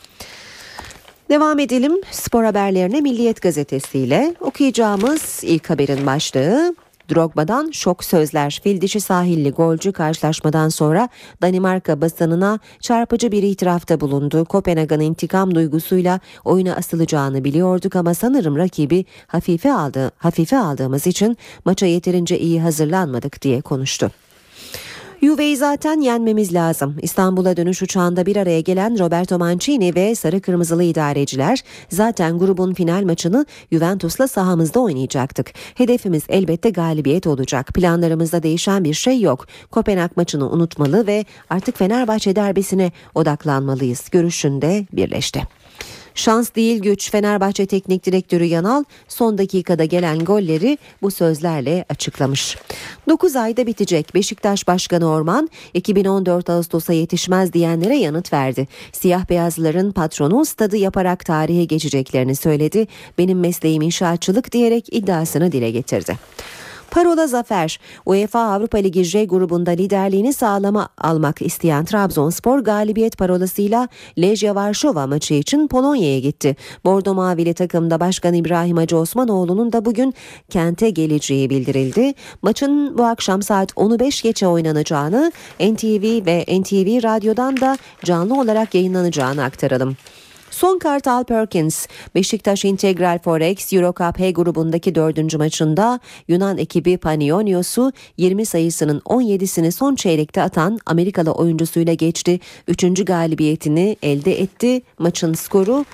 Devam edelim spor haberlerine Milliyet gazetesiyle. Okuyacağımız ilk haberin başlığı Drogba'dan şok sözler. Fildişi sahilli golcü karşılaşmadan sonra Danimarka basınına çarpıcı bir itirafta bulundu. Kopenhag'ın intikam duygusuyla oyuna asılacağını biliyorduk ama sanırım rakibi hafife aldığımız için maça yeterince iyi hazırlanmadık diye konuştu. Juve'yi zaten yenmemiz lazım. İstanbul'a dönüş uçağında bir araya gelen Roberto Mancini ve sarı kırmızılı idareciler zaten grubun final maçını Juventus'la sahamızda oynayacaktık. Hedefimiz elbette galibiyet olacak. Planlarımızda değişen bir şey yok. Kopenhag maçını unutmalı ve artık Fenerbahçe derbisine odaklanmalıyız. Görüşünde birleşti. Şans değil güç. Fenerbahçe Teknik Direktörü Yanal son dakikada gelen golleri bu sözlerle açıklamış. 9 ayda bitecek. Beşiktaş Başkanı Orman 2014 Ağustos'a yetişmez diyenlere yanıt verdi. Siyah beyazlıların patronu stadı yaparak tarihe geçeceklerini söyledi. Benim mesleğim inşaatçılık diyerek iddiasını dile getirdi. Parola zafer. UEFA Avrupa Ligi J grubunda liderliğini almak isteyen Trabzonspor galibiyet parolasıyla Legia Varşova maçı için Polonya'ya gitti. Bordo Mavili takımda Başkan İbrahim Hacı Osmanoğlu'nun da bugün kente geleceği bildirildi. Maçın bu akşam saat 10'u 5 geçe oynanacağını, NTV ve NTV Radyo'dan da canlı olarak yayınlanacağını aktaralım. Son Kartal Perkins, Beşiktaş Integral Forex Eurocup H grubundaki 4. maçında Yunan ekibi Panionios'u 20 sayısının 17'sini son çeyrekte atan Amerikalı oyuncusuyla geçti. 3. galibiyetini elde etti. Maçın skoru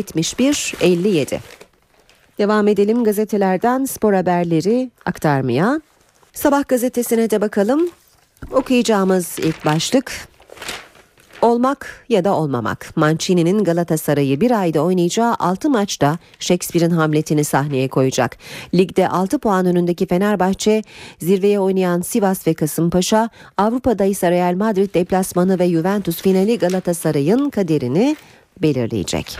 71-57. Devam edelim gazetelerden spor haberleri aktarmaya. Sabah gazetesine de bakalım. Okuyacağımız ilk başlık: olmak ya da olmamak. Mancini'nin Galatasaray'ı bir ayda oynayacağı 6 maçta Shakespeare'in Hamlet'ini sahneye koyacak. Ligde 6 puan önündeki Fenerbahçe, zirveye oynayan Sivas ve Kasımpaşa, Avrupa'da ise Real Madrid deplasmanı ve Juventus finali Galatasaray'ın kaderini belirleyecek.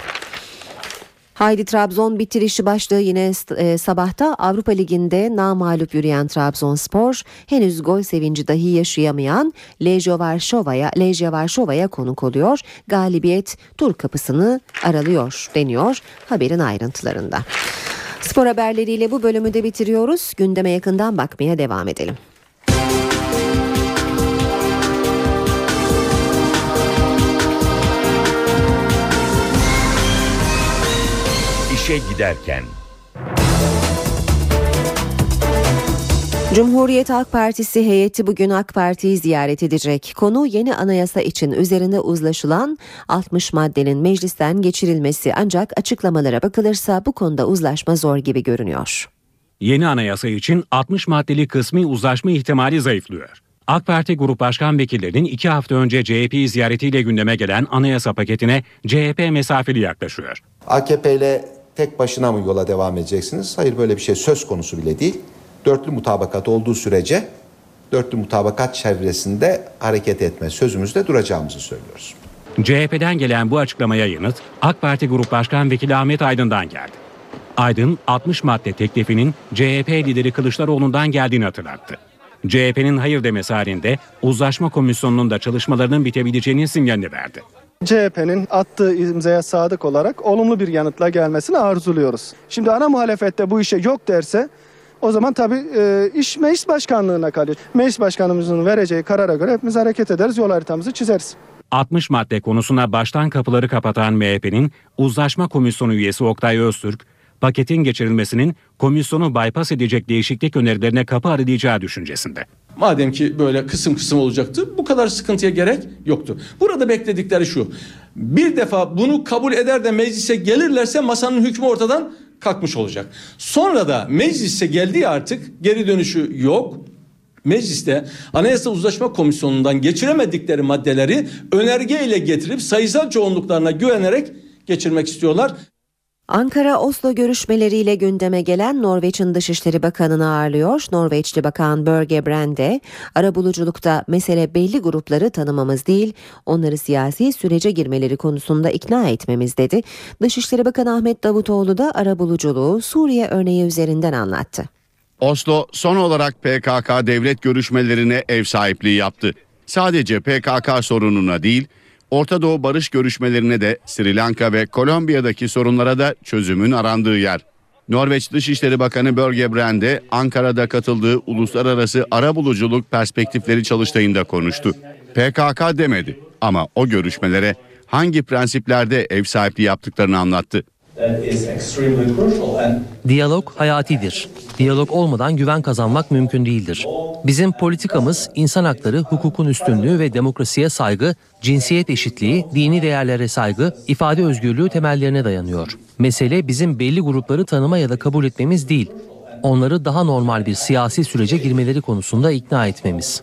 Haydi Trabzon bitirişi başlığı yine sabahta. Avrupa Ligi'nde namağlup yürüyen Trabzonspor henüz gol sevinci dahi yaşayamayan Legia Varşova'ya konuk oluyor. Galibiyet tur kapısını aralıyor deniyor haberin ayrıntılarında. Spor haberleriyle bu bölümü de bitiriyoruz. Gündeme yakından bakmaya devam edelim. İşe giderken. Cumhuriyet Halk Partisi heyeti bugün AK Parti'yi ziyaret edecek. Konu yeni anayasa için üzerinde uzlaşılan 60 maddenin meclisten geçirilmesi, ancak açıklamalara bakılırsa bu konuda uzlaşma zor gibi görünüyor. Yeni anayasa için 60 maddeli kısmi uzlaşma ihtimali zayıflıyor. AK Parti Grup Başkan Vekillerinin 2 hafta önce CHP'yi ziyaretiyle gündeme gelen anayasa paketine CHP mesafeli yaklaşıyor. AKP ile tek başına mı yola devam edeceksiniz? Hayır, böyle bir şey söz konusu bile değil. Dörtlü mutabakat olduğu sürece dörtlü mutabakat çevresinde hareket etme sözümüzde duracağımızı söylüyoruz. CHP'den gelen bu açıklamaya yanıt AK Parti Grup Başkan Vekili Ahmet Aydın'dan geldi. Aydın 60 madde teklifinin CHP lideri Kılıçdaroğlu'ndan geldiğini hatırlattı. CHP'nin hayır demesi halinde uzlaşma komisyonunun da çalışmalarının bitebileceğinin sinyalini verdi. CHP'nin attığı imzaya sadık olarak olumlu bir yanıtla gelmesini arzuluyoruz. Şimdi ana muhalefette bu işe yok derse o zaman tabii iş meclis başkanlığına kalıyor. Meclis başkanımızın vereceği karara göre hepimiz hareket ederiz, yol haritamızı çizeriz. 60 madde konusuna baştan kapıları kapatan MHP'nin Uzlaşma Komisyonu üyesi Oktay Öztürk, paketin geçirilmesinin komisyonu bypass edecek değişiklik önerilerine kapı aralayacağı düşüncesinde. Madem ki böyle kısım kısım olacaktı, bu kadar sıkıntıya gerek yoktu. Burada bekledikleri şu: bir defa bunu kabul eder de meclise gelirlerse masanın hükmü ortadan kalkmış olacak. Sonra da meclise geldiği artık geri dönüşü yok. Mecliste Anayasa Uzlaşma Komisyonu'ndan geçiremedikleri maddeleri önergeyle getirip sayısal çoğunluklarına güvenerek geçirmek istiyorlar. Ankara-Oslo görüşmeleriyle gündeme gelen Norveç'in Dışişleri Bakanı'nı ağırlıyor. Norveçli Bakan Børge Brende, arabuluculukta mesele belli grupları tanımamız değil, onları siyasi sürece girmeleri konusunda ikna etmemiz dedi. Dışişleri Bakanı Ahmet Davutoğlu da arabuluculuğu Suriye örneği üzerinden anlattı. Oslo son olarak PKK devlet görüşmelerine ev sahipliği yaptı. Sadece PKK sorununa değil, Orta Doğu barış görüşmelerine de Sri Lanka ve Kolombiya'daki sorunlara da çözümün arandığı yer. Norveç Dışişleri Bakanı Børge Brende, Ankara'da katıldığı uluslararası arabuluculuk perspektifleri çalıştayında konuştu. PKK demedi ama o görüşmelere hangi prensiplerde ev sahipliği yaptıklarını anlattı. Diyalog hayatidir. Diyalog olmadan güven kazanmak mümkün değildir. Bizim politikamız insan hakları, hukukun üstünlüğü ve demokrasiye saygı, cinsiyet eşitliği, dini değerlere saygı, ifade özgürlüğü temellerine dayanıyor. Mesele bizim belli grupları tanıma ya da kabul etmemiz değil. Onları daha normal bir siyasi sürece girmeleri konusunda ikna etmemiz.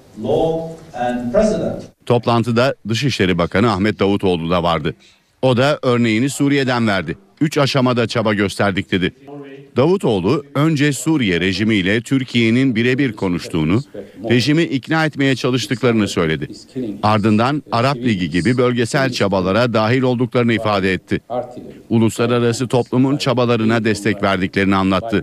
Toplantıda Dışişleri Bakanı Ahmet Davutoğlu da vardı. O da örneğini Suriye'den verdi. 3 aşamada çaba gösterdik dedi. Davutoğlu önce Suriye rejimiyle Türkiye'nin birebir konuştuğunu, rejimi ikna etmeye çalıştıklarını söyledi. Ardından Arap Ligi gibi bölgesel çabalara dahil olduklarını ifade etti. Uluslararası toplumun çabalarına destek verdiklerini anlattı.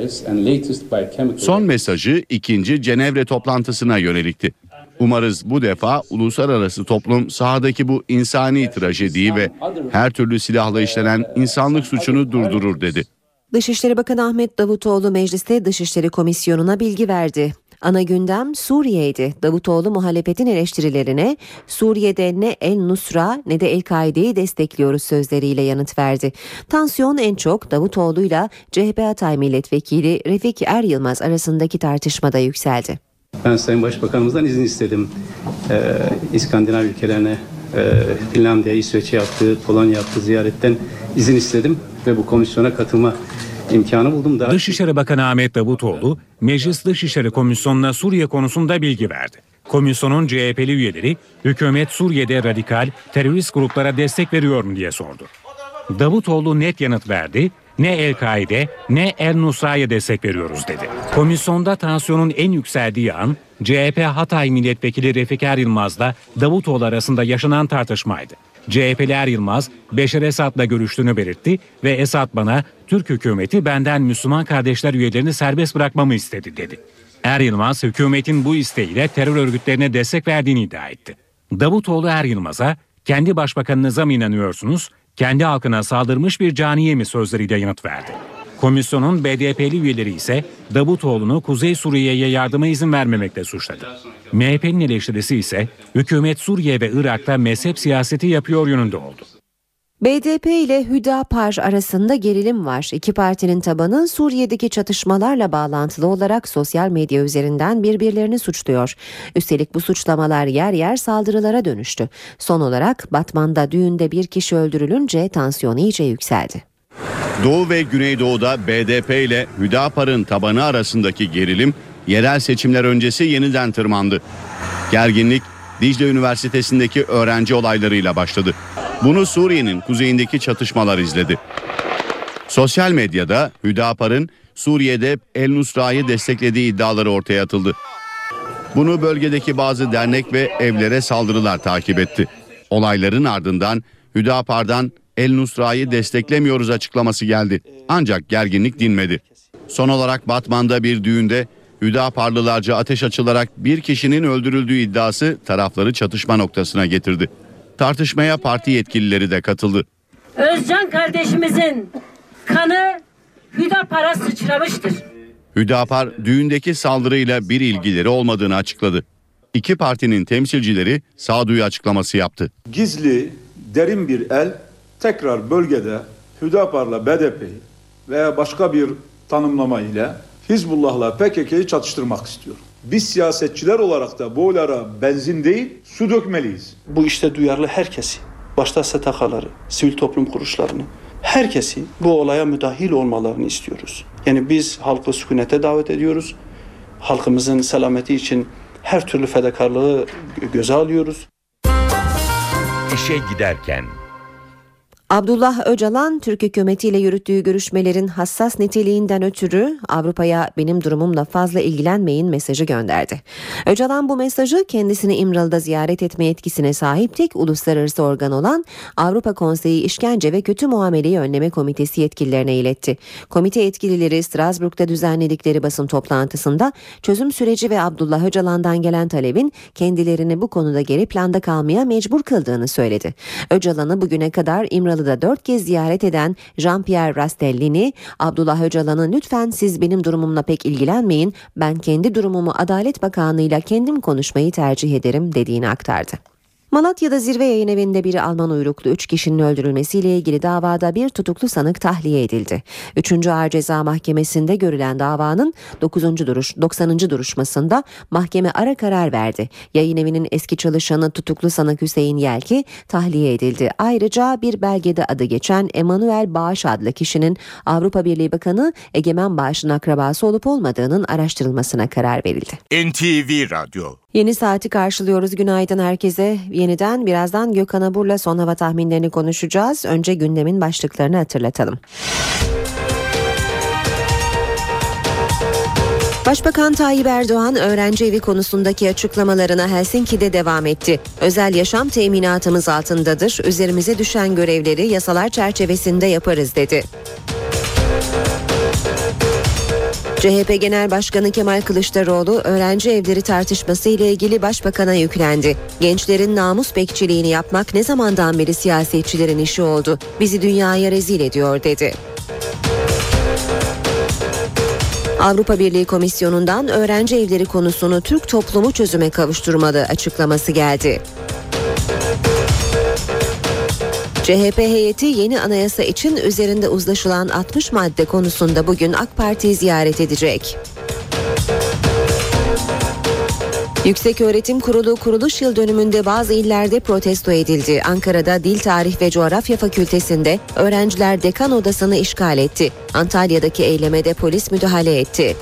Son mesajı 2. Cenevre toplantısına yönelikti. Umarız bu defa uluslararası toplum sahadaki bu insani trajediyi ve her türlü silahla işlenen insanlık suçunu durdurur dedi. Dışişleri Bakanı Ahmet Davutoğlu mecliste Dışişleri Komisyonu'na bilgi verdi. Ana gündem Suriye'ydi. Davutoğlu muhalefetin eleştirilerine Suriye'de ne El Nusra ne de El-Kaide'yi destekliyoruz sözleriyle yanıt verdi. Tansiyon en çok Davutoğlu'yla CHP Hatay Milletvekili Refik Er Yılmaz arasındaki tartışmada yükseldi. Ben Sayın Başbakanımızdan izin istedim. İskandinav ülkelerine, Finlandiya, İsveç'e yaptığı, Polonya yaptığı ziyaretten izin istedim ve bu komisyona katılma imkanı buldum. Dışişleri Bakanı Ahmet Davutoğlu, Meclis Dışişleri Komisyonu'na Suriye konusunda bilgi verdi. Komisyonun CHP'li üyeleri, hükümet Suriye'de radikal, terörist gruplara destek veriyor mu diye sordu. Davutoğlu net yanıt verdi. Ne El-Kaide ne El-Nusra'ya destek veriyoruz dedi. Komisyonda tansiyonun en yükseldiği an CHP Hatay Milletvekili Refik Er Yılmaz'la Davutoğlu arasında yaşanan tartışmaydı. CHP'li Er Yılmaz, Beşar Esad'la görüştüğünü belirtti ve Esad bana Türk hükümeti benden Müslüman kardeşler üyelerini serbest bırakmamı istedi dedi. Er Yılmaz hükümetin bu isteğiyle terör örgütlerine destek verdiğini iddia etti. Davutoğlu Er Yılmaz'a kendi başbakanınıza mı inanıyorsunuz? Kendi halkına saldırmış bir caniye mi sözleriyle yanıt verdi. Komisyonun BDP'li üyeleri ise Davutoğlu'nu Kuzey Suriye'ye yardıma izin vermemekle suçladı. MHP'nin eleştirisi ise hükümet Suriye ve Irak'ta mezhep siyaseti yapıyor yönünde oldu. BDP ile Hüdapar arasında gerilim var. İki partinin tabanı Suriye'deki çatışmalarla bağlantılı olarak sosyal medya üzerinden birbirlerini suçluyor. Üstelik bu suçlamalar yer yer saldırılara dönüştü. Son olarak Batman'da düğünde bir kişi öldürülünce tansiyon iyice yükseldi. Doğu ve Güneydoğu'da BDP ile Hüdapar'ın tabanı arasındaki gerilim yerel seçimler öncesi yeniden tırmandı. Gerginlik Dicle Üniversitesi'ndeki öğrenci olaylarıyla başladı. Bunu Suriye'nin kuzeyindeki çatışmalar izledi. Sosyal medyada Hüdapar'ın Suriye'de El Nusra'yı desteklediği iddiaları ortaya atıldı. Bunu bölgedeki bazı dernek ve evlere saldırılar takip etti. Olayların ardından Hüdapar'dan El Nusra'yı desteklemiyoruz açıklaması geldi. Ancak gerginlik dinmedi. Son olarak Batman'da bir düğünde Hüdaparlılarca ateş açılarak bir kişinin öldürüldüğü iddiası tarafları çatışma noktasına getirdi. Tartışmaya parti yetkilileri de katıldı. Özcan kardeşimizin kanı Hüdapar'a sıçramıştır. Hüdapar düğündeki saldırıyla bir ilgileri olmadığını açıkladı. İki partinin temsilcileri sağduyu açıklaması yaptı. Gizli, derin bir el tekrar bölgede Hüdapar'la BDP'yi veya başka bir tanımlama ile Hizbullah'la PKK'yı çatıştırmak istiyor. Biz siyasetçiler olarak da bu olaylara benzin değil, su dökmeliyiz. Bu işte duyarlı herkesi, başta STK'ları, sivil toplum kuruluşlarını, herkesi bu olaya müdahil olmalarını istiyoruz. Yani biz halkı sükunete davet ediyoruz. Halkımızın selameti için her türlü fedakarlığı göze alıyoruz. İşe giderken. Abdullah Öcalan, Türk hükümetiyle yürüttüğü görüşmelerin hassas niteliğinden ötürü Avrupa'ya benim durumumla fazla ilgilenmeyin mesajı gönderdi. Öcalan bu mesajı kendisini İmralı'da ziyaret etme yetkisine sahip tek uluslararası organ olan Avrupa Konseyi İşkence ve Kötü Muameleyi Önleme Komitesi yetkililerine iletti. Komite yetkilileri Strasbourg'da düzenledikleri basın toplantısında çözüm süreci ve Abdullah Öcalan'dan gelen talebin kendilerini bu konuda geri planda kalmaya mecbur kıldığını söyledi. Öcalan'ı bugüne kadar İmralı'da 4 kez ziyaret eden Jean-Pierre Rastellini, Abdullah Öcalan'ın lütfen siz benim durumumla pek ilgilenmeyin, ben kendi durumumu Adalet Bakanlığı'yla kendim konuşmayı tercih ederim dediğini aktardı. Malatya'da Zirve Yayınevi'nde bir Alman uyruklu 3 kişinin öldürülmesiyle ilgili davada bir tutuklu sanık tahliye edildi. 3. Ağır Ceza Mahkemesi'nde görülen davanın 90. duruşmasında mahkeme ara karar verdi. Yayınevi'nin eski çalışanı tutuklu sanık Hüseyin Yelki tahliye edildi. Ayrıca bir belgede adı geçen Emanuel Bağış adlı kişinin Avrupa Birliği Bakanı Egemen Bağış'ın akrabası olup olmadığının araştırılmasına karar verildi. NTV Radyo. Yeni saati karşılıyoruz. Günaydın herkese. Yeniden birazdan Gökhan Abur'la son hava tahminlerini konuşacağız. Önce gündemin başlıklarını hatırlatalım. Başbakan Tayyip Erdoğan öğrenci evi konusundaki açıklamalarına Helsinki'de devam etti. Özel yaşam teminatımız altındadır. Üzerimize düşen görevleri yasalar çerçevesinde yaparız dedi. CHP Genel Başkanı Kemal Kılıçdaroğlu öğrenci evleri tartışması ile ilgili başbakana yüklendi. Gençlerin namus bekçiliğini yapmak ne zamandan beri siyasetçilerin işi oldu. Bizi dünyaya rezil ediyor dedi. Avrupa Birliği Komisyonu'ndan öğrenci evleri konusunu Türk toplumu çözüme kavuşturmalı açıklaması geldi. CHP heyeti yeni anayasa için üzerinde uzlaşılan 60 madde konusunda bugün AK Parti'yi ziyaret edecek. Yükseköğretim Kurulu kuruluş yıl dönümünde bazı illerde protesto edildi. Ankara'da Dil, Tarih ve Coğrafya Fakültesi'nde öğrenciler dekan odasını işgal etti. Antalya'daki eylemede polis müdahale etti.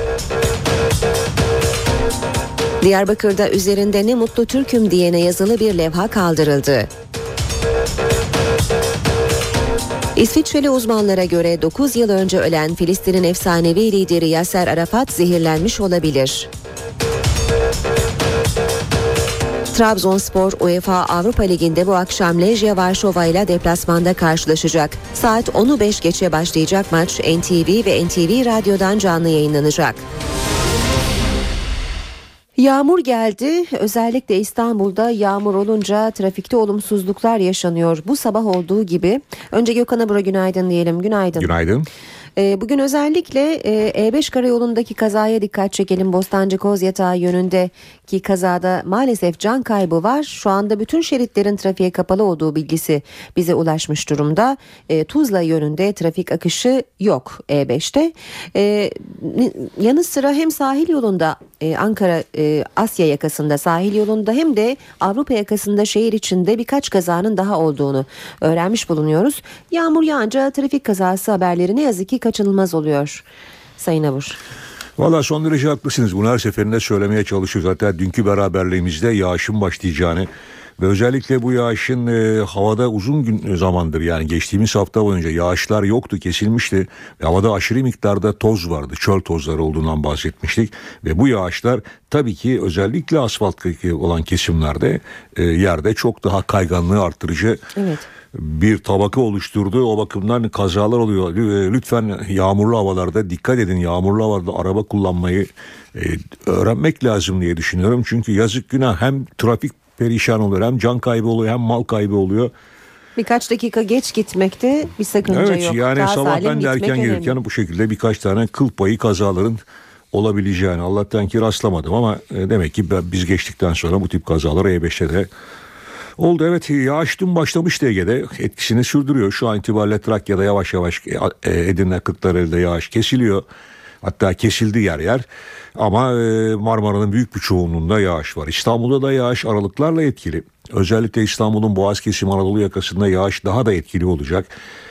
Diyarbakır'da üzerinde "Ne mutlu Türk'üm" diyene yazılı bir levha kaldırıldı. İsviçreli uzmanlara göre 9 yıl önce ölen Filistin'in efsanevi lideri Yasser Arafat zehirlenmiş olabilir. Trabzonspor UEFA Avrupa Ligi'nde bu akşam Lejia Varşova ile deplasmanda karşılaşacak. Saat 10'u 5 geçe başlayacak maç NTV ve NTV Radyo'dan canlı yayınlanacak. Yağmur geldi. Özellikle İstanbul'da yağmur olunca trafikte olumsuzluklar yaşanıyor. Bu sabah olduğu gibi. Önce Gökhan Abur'a günaydın diyelim. Günaydın. Günaydın. Bugün özellikle E5 karayolundaki kazaya dikkat çekelim. Bostancı-Kozyatağı yönündeki kazada maalesef can kaybı var. Şu anda bütün şeritlerin trafiğe kapalı olduğu bilgisi bize ulaşmış durumda. Tuzla yönünde trafik akışı yok E5'te. Yanı sıra hem sahil yolunda Ankara Asya yakasında sahil yolunda hem de Avrupa yakasında şehir içinde birkaç kazanın daha olduğunu öğrenmiş bulunuyoruz. Yağmur yağınca trafik kazası haberleri ne yazık ki kaçınılmaz oluyor Sayın Abur. Valla son derece haklısınız. Bunu her seferinde söylemeye çalışıyoruz. Hatta dünkü beraberliğimizde yağışın başlayacağını ve özellikle bu yağışın havada uzun zamandır, yani geçtiğimiz hafta boyunca yağışlar yoktu, kesilmişti. Ve havada aşırı miktarda toz vardı. Çöl tozları olduğundan bahsetmiştik. Ve bu yağışlar tabii ki özellikle asfalt olan kesimlerde yerde çok daha kayganlığı arttırıcı. Evet. Bir tabaka oluşturdu. O bakımdan kazalar oluyor. Lütfen yağmurlu havalarda dikkat edin. Yağmurlu havalarda araba kullanmayı öğrenmek lazım diye düşünüyorum. Çünkü yazık günah, hem trafik perişan oluyor. Hem can kaybı oluyor hem mal kaybı oluyor. Birkaç dakika geç gitmekte bir sakınca yok. Evet, yani daha sabah ben de erken gelirken bu şekilde birkaç tane kıl payı kazaların olabileceğini Allah'tan ki rastlamadım ama demek ki biz geçtikten sonra bu tip kazalar E5'te de oldu. Evet, yağış dün başlamıştı Ege'de, etkisini sürdürüyor. Şu an itibariyle Trakya'da yavaş yavaş Edirne Kırklareli'de yağış kesiliyor. Hatta kesildi yer yer ama Marmara'nın büyük bir çoğunluğunda yağış var. İstanbul'da da yağış aralıklarla etkili. Özellikle İstanbul'un Boğaz kesimi Anadolu yakasında yağış daha da etkili olacak.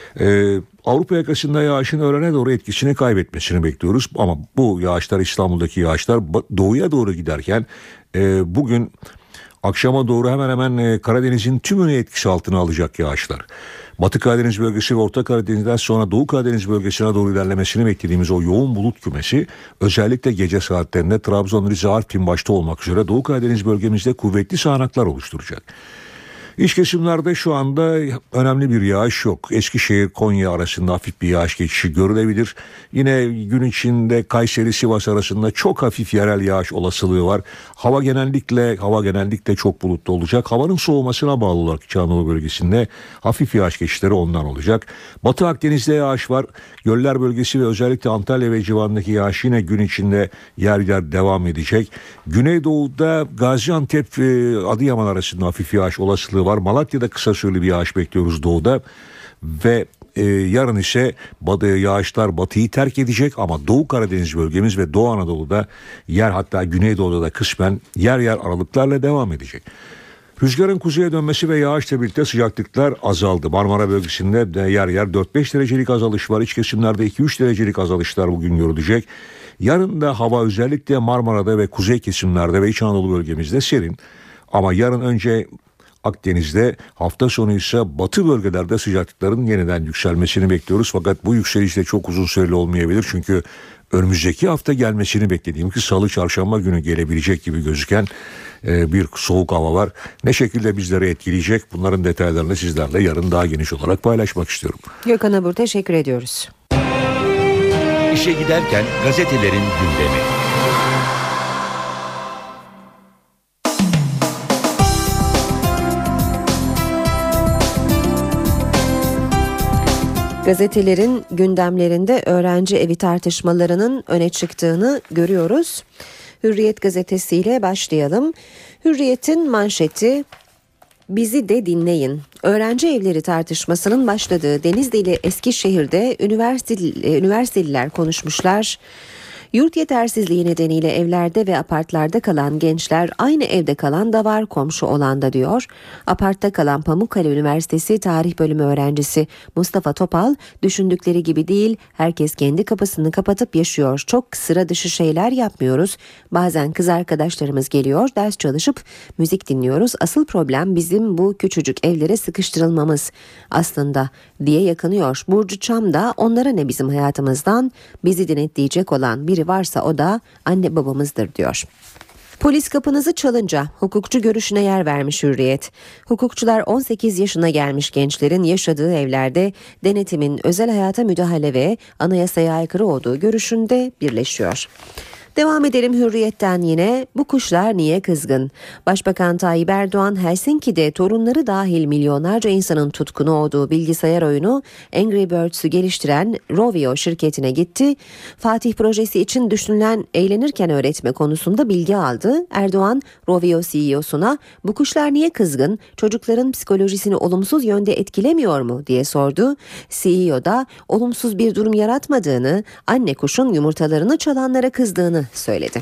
Avrupa yakasında yağışın öğlene doğru etkisini kaybetmesini bekliyoruz. Ama bu yağışlar, İstanbul'daki yağışlar doğuya doğru giderken bugün akşama doğru hemen hemen Karadeniz'in tümünü etkisi altına alacak yağışlar. Batı Karadeniz bölgesi ve Orta Karadeniz'den sonra Doğu Karadeniz bölgesine doğru ilerlemesini beklediğimiz o yoğun bulut kümesi özellikle gece saatlerinde Trabzon, Rize, Artvin başta olmak üzere Doğu Karadeniz bölgemizde kuvvetli sağanaklar oluşturacak. İç kesimlerde şu anda önemli bir yağış yok. Eskişehir, Konya arasında hafif bir yağış geçişi görülebilir. Yine gün içinde Kayseri, Sivas arasında çok hafif yerel yağış olasılığı var. Hava genellikle çok bulutlu olacak. Havanın soğumasına bağlı olarak İç Anadolu bölgesinde hafif yağış geçişleri ondan olacak. Batı Akdeniz'de yağış var. Göller bölgesi ve özellikle Antalya ve civarındaki yağış yine gün içinde yer yer devam edecek. Güneydoğu'da Gaziantep, Adıyaman arasında hafif yağış olasılığı var. Malatya'da kısa süreli bir yağış bekliyoruz doğuda ve yarın ise yağışlar batıyı terk edecek ama Doğu Karadeniz bölgemiz ve Doğu Anadolu'da hatta Güneydoğu'da da kısmen yer yer aralıklarla devam edecek. Rüzgarın kuzeye dönmesi ve yağışla birlikte sıcaklıklar azaldı. Marmara bölgesinde de yer yer 4-5 derecelik azalış var. İç kesimlerde 2-3 derecelik azalışlar bugün görülecek. Yarın da hava özellikle Marmara'da ve kuzey kesimlerde ve İç Anadolu bölgemizde serin. Ama yarın önce Akdeniz'de, hafta sonu ise batı bölgelerde sıcaklıkların yeniden yükselmesini bekliyoruz. Fakat bu yükseliş de çok uzun süreli olmayabilir. Çünkü önümüzdeki hafta gelmesini beklediğim ki salı çarşamba günü gelebilecek gibi gözüken bir soğuk hava var. Ne şekilde bizleri etkileyecek, bunların detaylarını sizlerle yarın daha geniş olarak paylaşmak istiyorum. Gökhan Abur, teşekkür ediyoruz. İşe giderken gazetelerin gündemi. Gazetelerin gündemlerinde öğrenci evi tartışmalarının öne çıktığını görüyoruz. Hürriyet gazetesiyle başlayalım. Hürriyet'in manşeti "Bizi de dinleyin." Öğrenci evleri tartışmasının başladığı Denizli ile Eskişehir'de üniversiteliler konuşmuşlar. Yurt yetersizliği nedeniyle evlerde ve apartlarda kalan gençler aynı evde kalan da var, komşu olan da diyor. Apartta kalan Pamukkale Üniversitesi Tarih Bölümü öğrencisi Mustafa Topal, düşündükleri gibi değil, herkes kendi kapısını kapatıp yaşıyor. Çok sıra dışı şeyler yapmıyoruz. Bazen kız arkadaşlarımız geliyor, ders çalışıp müzik dinliyoruz. Asıl problem bizim bu küçücük evlere sıkıştırılmamız aslında diye yakınıyor. Burcu Çam da onlara ne bizim hayatımızdan, bizi denetleyecek olan biri varsa o da anne babamızdır diyor. Polis kapınızı çalınca hukukçu görüşüne yer vermiş Hürriyet. Hukukçular 18 yaşına gelmiş gençlerin yaşadığı evlerde denetimin özel hayata müdahale ve anayasaya aykırı olduğu görüşünde birleşiyor. Devam edelim Hürriyet'ten yine. Bu kuşlar niye kızgın? Başbakan Tayyip Erdoğan Helsinki'de torunları dahil milyonlarca insanın tutkunu olduğu bilgisayar oyunu Angry Birds'ü geliştiren Rovio şirketine gitti. Fatih projesi için düşünülen eğlenirken öğretme konusunda bilgi aldı. Erdoğan Rovio CEO'suna "Bu kuşlar niye kızgın? Çocukların psikolojisini olumsuz yönde etkilemiyor mu?" diye sordu. CEO da olumsuz bir durum yaratmadığını, anne kuşun yumurtalarını çalanlara kızdığını söyledi.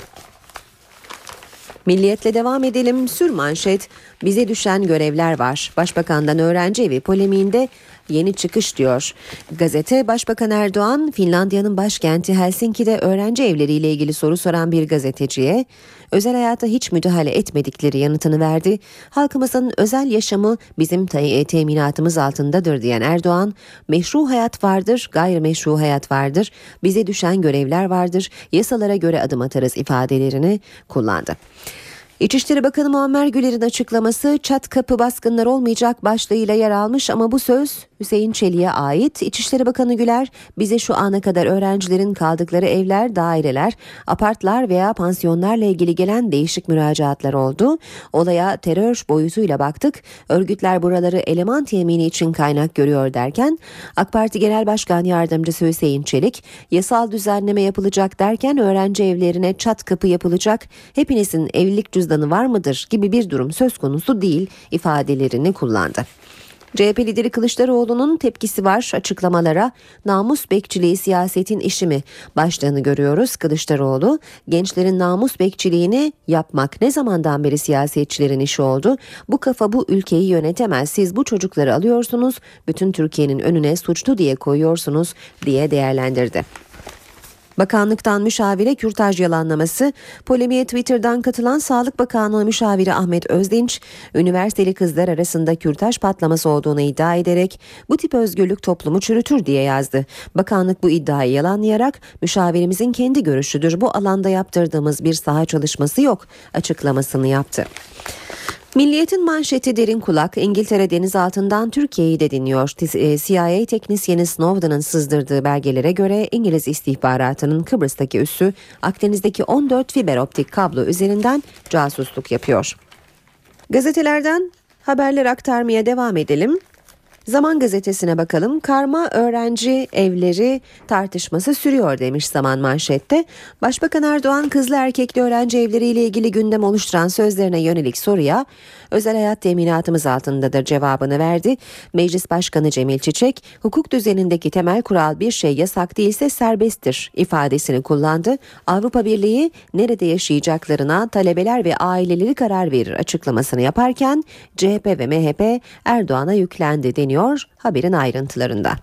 Milliyet'le devam edelim. Sürmanşet "Bize düşen görevler var. Başbakandan öğrenci evi polemiğinde yeni çıkış" diyor. Gazete, Başbakan Erdoğan Finlandiya'nın başkenti Helsinki'de öğrenci evleriyle ilgili soru soran bir gazeteciye özel hayata hiç müdahale etmedikleri yanıtını verdi. Halkımızın özel yaşamı bizim teminatımız altındadır diyen Erdoğan, meşru hayat vardır, gayrimeşru hayat vardır, bize düşen görevler vardır, yasalara göre adım atarız ifadelerini kullandı. İçişleri Bakanı Muammer Güler'in açıklaması çat kapı baskınlar olmayacak başlığıyla yer almış ama bu söz Hüseyin Çelik'e ait. İçişleri Bakanı Güler, bize şu ana kadar öğrencilerin kaldıkları evler, daireler, apartlar veya pansiyonlarla ilgili gelen değişik müracaatlar oldu. Olaya terör boyutuyla baktık. Örgütler buraları eleman temini için kaynak görüyor derken AK Parti Genel Başkan Yardımcısı Hüseyin Çelik, yasal düzenleme yapılacak derken öğrenci evlerine çat kapı yapılacak, hepinizin evlilik cüzdanı var mıdır gibi bir durum söz konusu değil ifadelerini kullandı. CHP lideri Kılıçdaroğlu'nun tepkisi var açıklamalara. Namus bekçiliği siyasetin işi mi başlığını görüyoruz. Kılıçdaroğlu, gençlerin namus bekçiliğini yapmak ne zamandan beri siyasetçilerin işi oldu? Bu kafa bu ülkeyi yönetemez. Siz bu çocukları alıyorsunuz, bütün Türkiye'nin önüne suçlu diye koyuyorsunuz diye değerlendirdi. Bakanlıktan müşavire kürtaj yalanlaması, polemiğe Twitter'dan katılan Sağlık Bakanlığı müşaviri Ahmet Özdinç, üniversiteli kızlar arasında kürtaj patlaması olduğunu iddia ederek bu tip özgürlük toplumu çürütür diye yazdı. Bakanlık bu iddiayı yalanlayarak müşavirimizin kendi görüşüdür, bu alanda yaptırdığımız bir saha çalışması yok açıklamasını yaptı. Milliyet'in manşeti derin kulak, İngiltere denizaltından Türkiye'yi de dinliyor. CIA teknisyeni Snowden'ın sızdırdığı belgelere göre İngiliz istihbaratının Kıbrıs'taki üssü Akdeniz'deki 14 fiber optik kablo üzerinden casusluk yapıyor. Gazetelerden haberler aktarmaya devam edelim. Zaman Gazetesi'ne bakalım. Karma öğrenci evleri tartışması sürüyor demiş Zaman manşette. Başbakan Erdoğan kızlı erkekli öğrenci evleriyle ilgili gündem oluşturan sözlerine yönelik soruya özel hayat teminatımız altındadır cevabını verdi. Meclis Başkanı Cemil Çiçek, hukuk düzenindeki temel kural bir şey yasak değilse serbesttir ifadesini kullandı. Avrupa Birliği nerede yaşayacaklarına talebeler ve aileleri karar verir açıklamasını yaparken CHP ve MHP Erdoğan'a yüklendi deniyor haberin ayrıntılarında.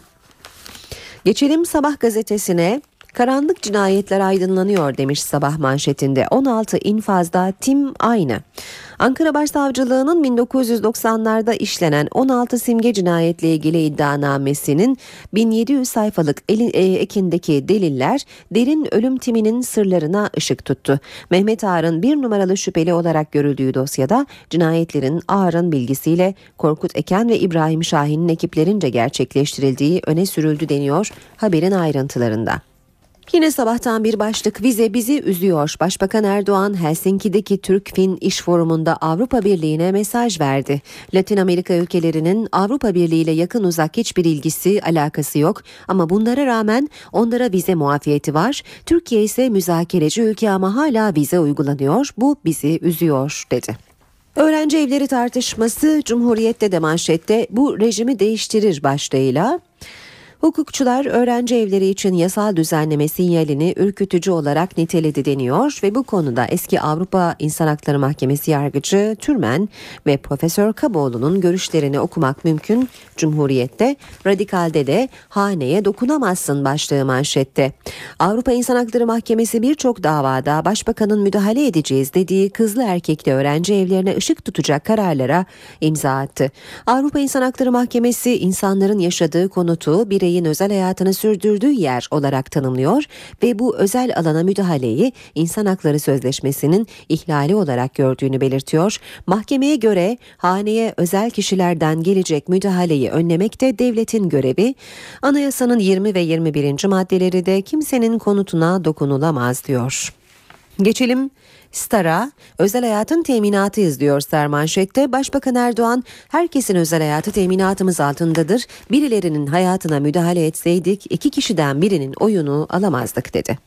Geçelim Sabah gazetesine. Karanlık cinayetler aydınlanıyor demiş Sabah manşetinde. 16 infazda tim aynı. Ankara Başsavcılığı'nın 1990'larda işlenen 16 simge cinayetle ilgili iddianamesinin 1700 sayfalık ekindeki deliller derin ölüm timinin sırlarına ışık tuttu. Mehmet Ağar'ın bir numaralı şüpheli olarak görüldüğü dosyada cinayetlerin Ağar'ın bilgisiyle Korkut Eken ve İbrahim Şahin'in ekiplerince gerçekleştirildiği öne sürüldü deniyor haberin ayrıntılarında. Yine sabahtan bir başlık, vize bizi üzüyor. Başbakan Erdoğan Helsinki'deki Türk-Fin İş Forumu'nda Avrupa Birliği'ne mesaj verdi. Latin Amerika ülkelerinin Avrupa Birliği ile yakın uzak hiçbir ilgisi, alakası yok. Ama bunlara rağmen onlara vize muafiyeti var. Türkiye ise müzakereci ülke ama hala vize uygulanıyor. Bu bizi üzüyor dedi. Öğrenci evleri tartışması Cumhuriyet'te de manşette, bu rejimi değiştirir başlığıyla. Hukukçular öğrenci evleri için yasal düzenleme sinyalini ürkütücü olarak niteledi deniyor ve bu konuda eski Avrupa İnsan Hakları Mahkemesi yargıcı Türmen ve Profesör Kaboğlu'nun görüşlerini okumak mümkün. Cumhuriyet'te, Radikal'de de haneye dokunamazsın başlığı manşette. Avrupa İnsan Hakları Mahkemesi birçok davada başbakanın müdahale edeceğiz dediği kızlı erkekli öğrenci evlerine ışık tutacak kararlara imza attı. Avrupa İnsan Hakları Mahkemesi insanların yaşadığı konutu bireyin özel hayatını sürdürdüğü yer olarak tanımlıyor ve bu özel alana müdahaleyi İnsan Hakları Sözleşmesi'nin ihlali olarak gördüğünü belirtiyor. Mahkemeye göre haneye özel kişilerden gelecek müdahaleyi önlemek de devletin görevi. Anayasanın 20 ve 21. maddeleri de kimsenin konutuna dokunulamaz diyor. Geçelim Star'a. Özel hayatın teminatıyız diyor Star manşette. Başbakan Erdoğan, herkesin özel hayatı teminatımız altındadır. Birilerinin hayatına müdahale etseydik 2 kişiden birinin oyunu alamazdık dedi.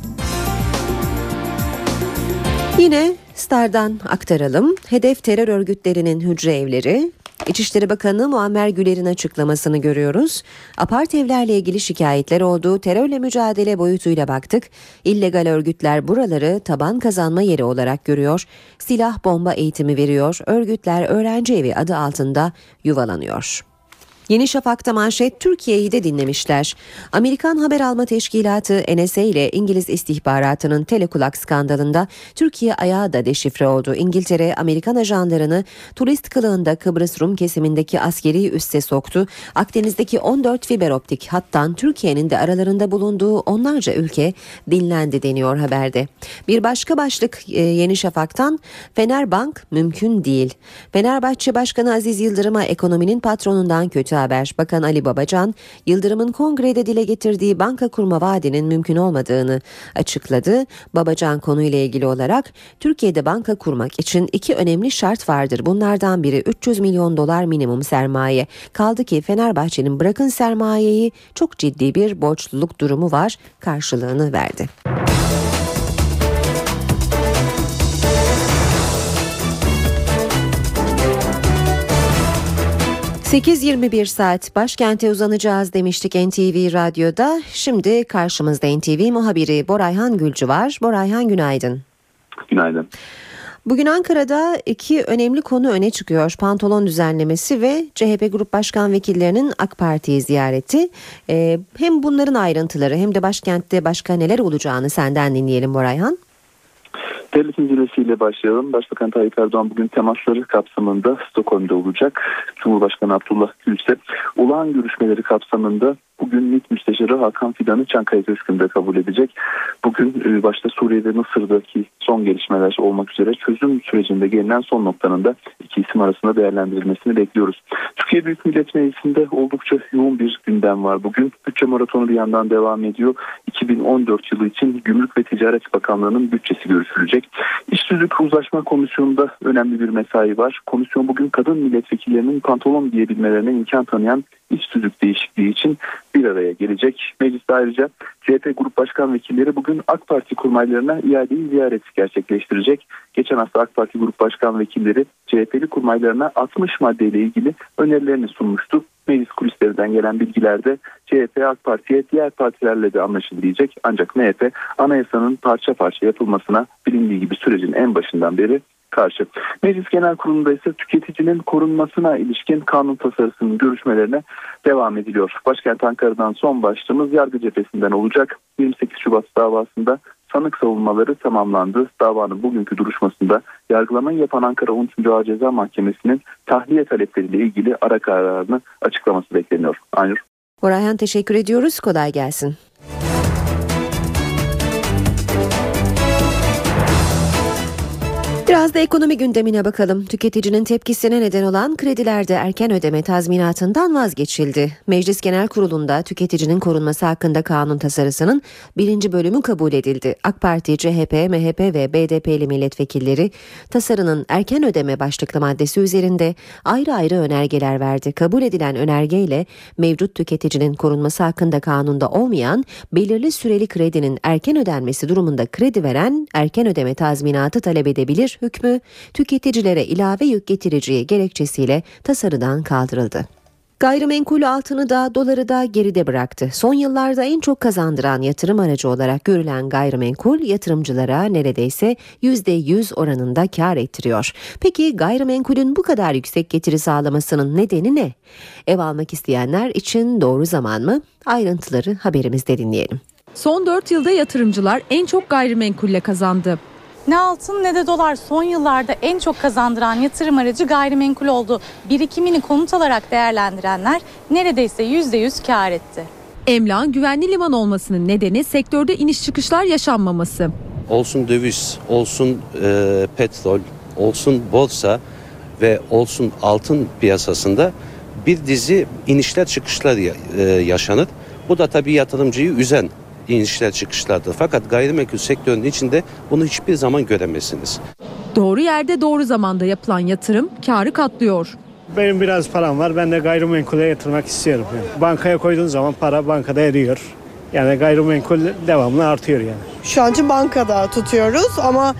Yine Star'dan aktaralım. Hedef terör örgütlerinin hücre evleri. İçişleri Bakanı Muammer Güler'in açıklamasını görüyoruz. Apart evlerle ilgili şikayetler oldu. Terörle mücadele boyutuyla baktık. İllegal örgütler buraları taban kazanma yeri olarak görüyor. Silah bomba eğitimi veriyor. Örgütler öğrenci evi adı altında yuvalanıyor. Yeni Şafak'ta manşet Türkiye'yi de dinlemişler. Amerikan Haber Alma Teşkilatı NSA ile İngiliz istihbaratının telekulak skandalında Türkiye ayağı da deşifre oldu. İngiltere Amerikan ajanlarını turist kılığında Kıbrıs Rum kesimindeki askeri üsse soktu. Akdeniz'deki 14 fiber optik hattan Türkiye'nin de aralarında bulunduğu onlarca ülke dinlendi deniyor haberde. Bir başka başlık Yeni Şafak'tan Fenerbank mümkün değil. Fenerbahçe Başkanı Aziz Yıldırım'a ekonominin patronundan kötü haber. Bakan Ali Babacan, Yıldırım'ın kongrede dile getirdiği banka kurma vaadinin mümkün olmadığını açıkladı. Babacan konuyla ilgili olarak Türkiye'de banka kurmak için 2 önemli şart vardır. Bunlardan biri 300 milyon dolar minimum sermaye. Kaldı ki Fenerbahçe'nin bırakın sermayeyi çok ciddi bir borçluluk durumu var, karşılığını verdi. ...8:21 saat başkente uzanacağız demiştik NTV Radyo'da. Şimdi karşımızda NTV muhabiri Borayhan Gülcü var. Borayhan günaydın. Günaydın. Bugün Ankara'da 2 önemli konu öne çıkıyor. Pantolon düzenlemesi ve CHP Grup Başkan Vekillerinin AK Parti'yi ziyareti. Hem bunların ayrıntıları hem de başkentte başka neler olacağını senden dinleyelim Borayhan. Devletin zirvesiyle başlayalım. Başbakan Tayyip Erdoğan bugün temasları kapsamında Stockholm'da olacak. Cumhurbaşkanı Abdullah Gül ise olağan görüşmeleri kapsamında bugün MİT Müsteşarı Hakan Fidan'ı Çankaya Köşkü'nde kabul edecek. Bugün başta Suriye ve Mısır'daki son gelişmeler olmak üzere çözüm sürecinde gelinen son noktanın da iki isim arasında değerlendirilmesini bekliyoruz. Türkiye Büyük Millet Meclisi'nde oldukça yoğun bir gündem var. Bugün bütçe maratonu bir yandan devam ediyor. 2014 yılı için Gümrük ve Ticaret Bakanlığı'nın bütçesi görüşülecek. İşsizlik Uzlaşma Komisyonu'nda önemli bir mesai var. Komisyon bugün kadın milletvekillerinin pantolon giyebilmelerine imkan tanıyan işsizlik değişikliği için bir araya gelecek. Mecliste ayrıca CHP Grup Başkan Vekilleri bugün AK Parti kurmaylarına iadeyi ziyaret gerçekleştirecek. Geçen hafta AK Parti Grup Başkan Vekilleri CHP'li kurmaylarına 60 maddeyle ilgili önerilerini sunmuştu. Meclis kulislerinden gelen bilgilerde CHP AK Parti'ye diğer partilerle de anlaşılabilecek. Ancak MHP anayasanın parça parça yapılmasına bilindiği gibi sürecin en başından beri karşı. Meclis Genel Kurulu'nda ise tüketicinin korunmasına ilişkin kanun tasarısının görüşmelerine devam ediliyor. Başkent Ankara'dan son başlığımız yargı cephesinden olacak. 28 Şubat davasında sanık savunmaları tamamlandı. Davanın bugünkü duruşmasında yargılamayı yapan Ankara 13. Ağır Ceza Mahkemesi'nin tahliye talepleriyle ilgili ara kararını açıklaması bekleniyor. Aynur. Borayhan teşekkür ediyoruz. Kolay gelsin. Biraz da ekonomi gündemine bakalım. Tüketicinin tepkisine neden olan kredilerde erken ödeme tazminatından vazgeçildi. Meclis Genel Kurulu'nda tüketicinin korunması hakkında kanun tasarısının 1. bölümü kabul edildi. AK Parti, CHP, MHP ve BDP'li milletvekilleri tasarının erken ödeme başlıklı maddesi üzerinde ayrı ayrı önergeler verdi. Kabul edilen önergeyle mevcut tüketicinin korunması hakkında kanunda olmayan belirli süreli kredinin erken ödenmesi durumunda kredi veren erken ödeme tazminatı talep edebilir hükmü tüketicilere ilave yük getireceği gerekçesiyle tasarıdan kaldırıldı. Gayrimenkul altını da doları da geride bıraktı. Son yıllarda en çok kazandıran yatırım aracı olarak görülen gayrimenkul yatırımcılara neredeyse %100 oranında kar ettiriyor. Peki gayrimenkulün bu kadar yüksek getiri sağlamasının nedeni ne? Ev almak isteyenler için doğru zaman mı? Ayrıntıları haberimizde dinleyelim. Son 4 yılda yatırımcılar en çok gayrimenkulle kazandı. Ne altın ne de dolar son yıllarda en çok kazandıran yatırım aracı gayrimenkul oldu. Birikimini konut alarak değerlendirenler neredeyse %100 kar etti. Emlakın güvenli liman olmasının nedeni sektörde iniş çıkışlar yaşanmaması. Olsun döviz, olsun petrol, olsun borsa ve olsun altın piyasasında bir dizi inişler çıkışlar yaşanır. Bu da tabii yatırımcıyı üzen inişler çıkışlardır. Fakat gayrimenkul sektörünün içinde bunu hiçbir zaman göremezsiniz. Doğru yerde doğru zamanda yapılan yatırım kârı katlıyor. Benim biraz param var. Ben de gayrimenkule yatırmak istiyorum. Yani. Bankaya koyduğun zaman para bankada eriyor. Yani gayrimenkul devamlı artıyor yani. Şu an için bankada tutuyoruz ama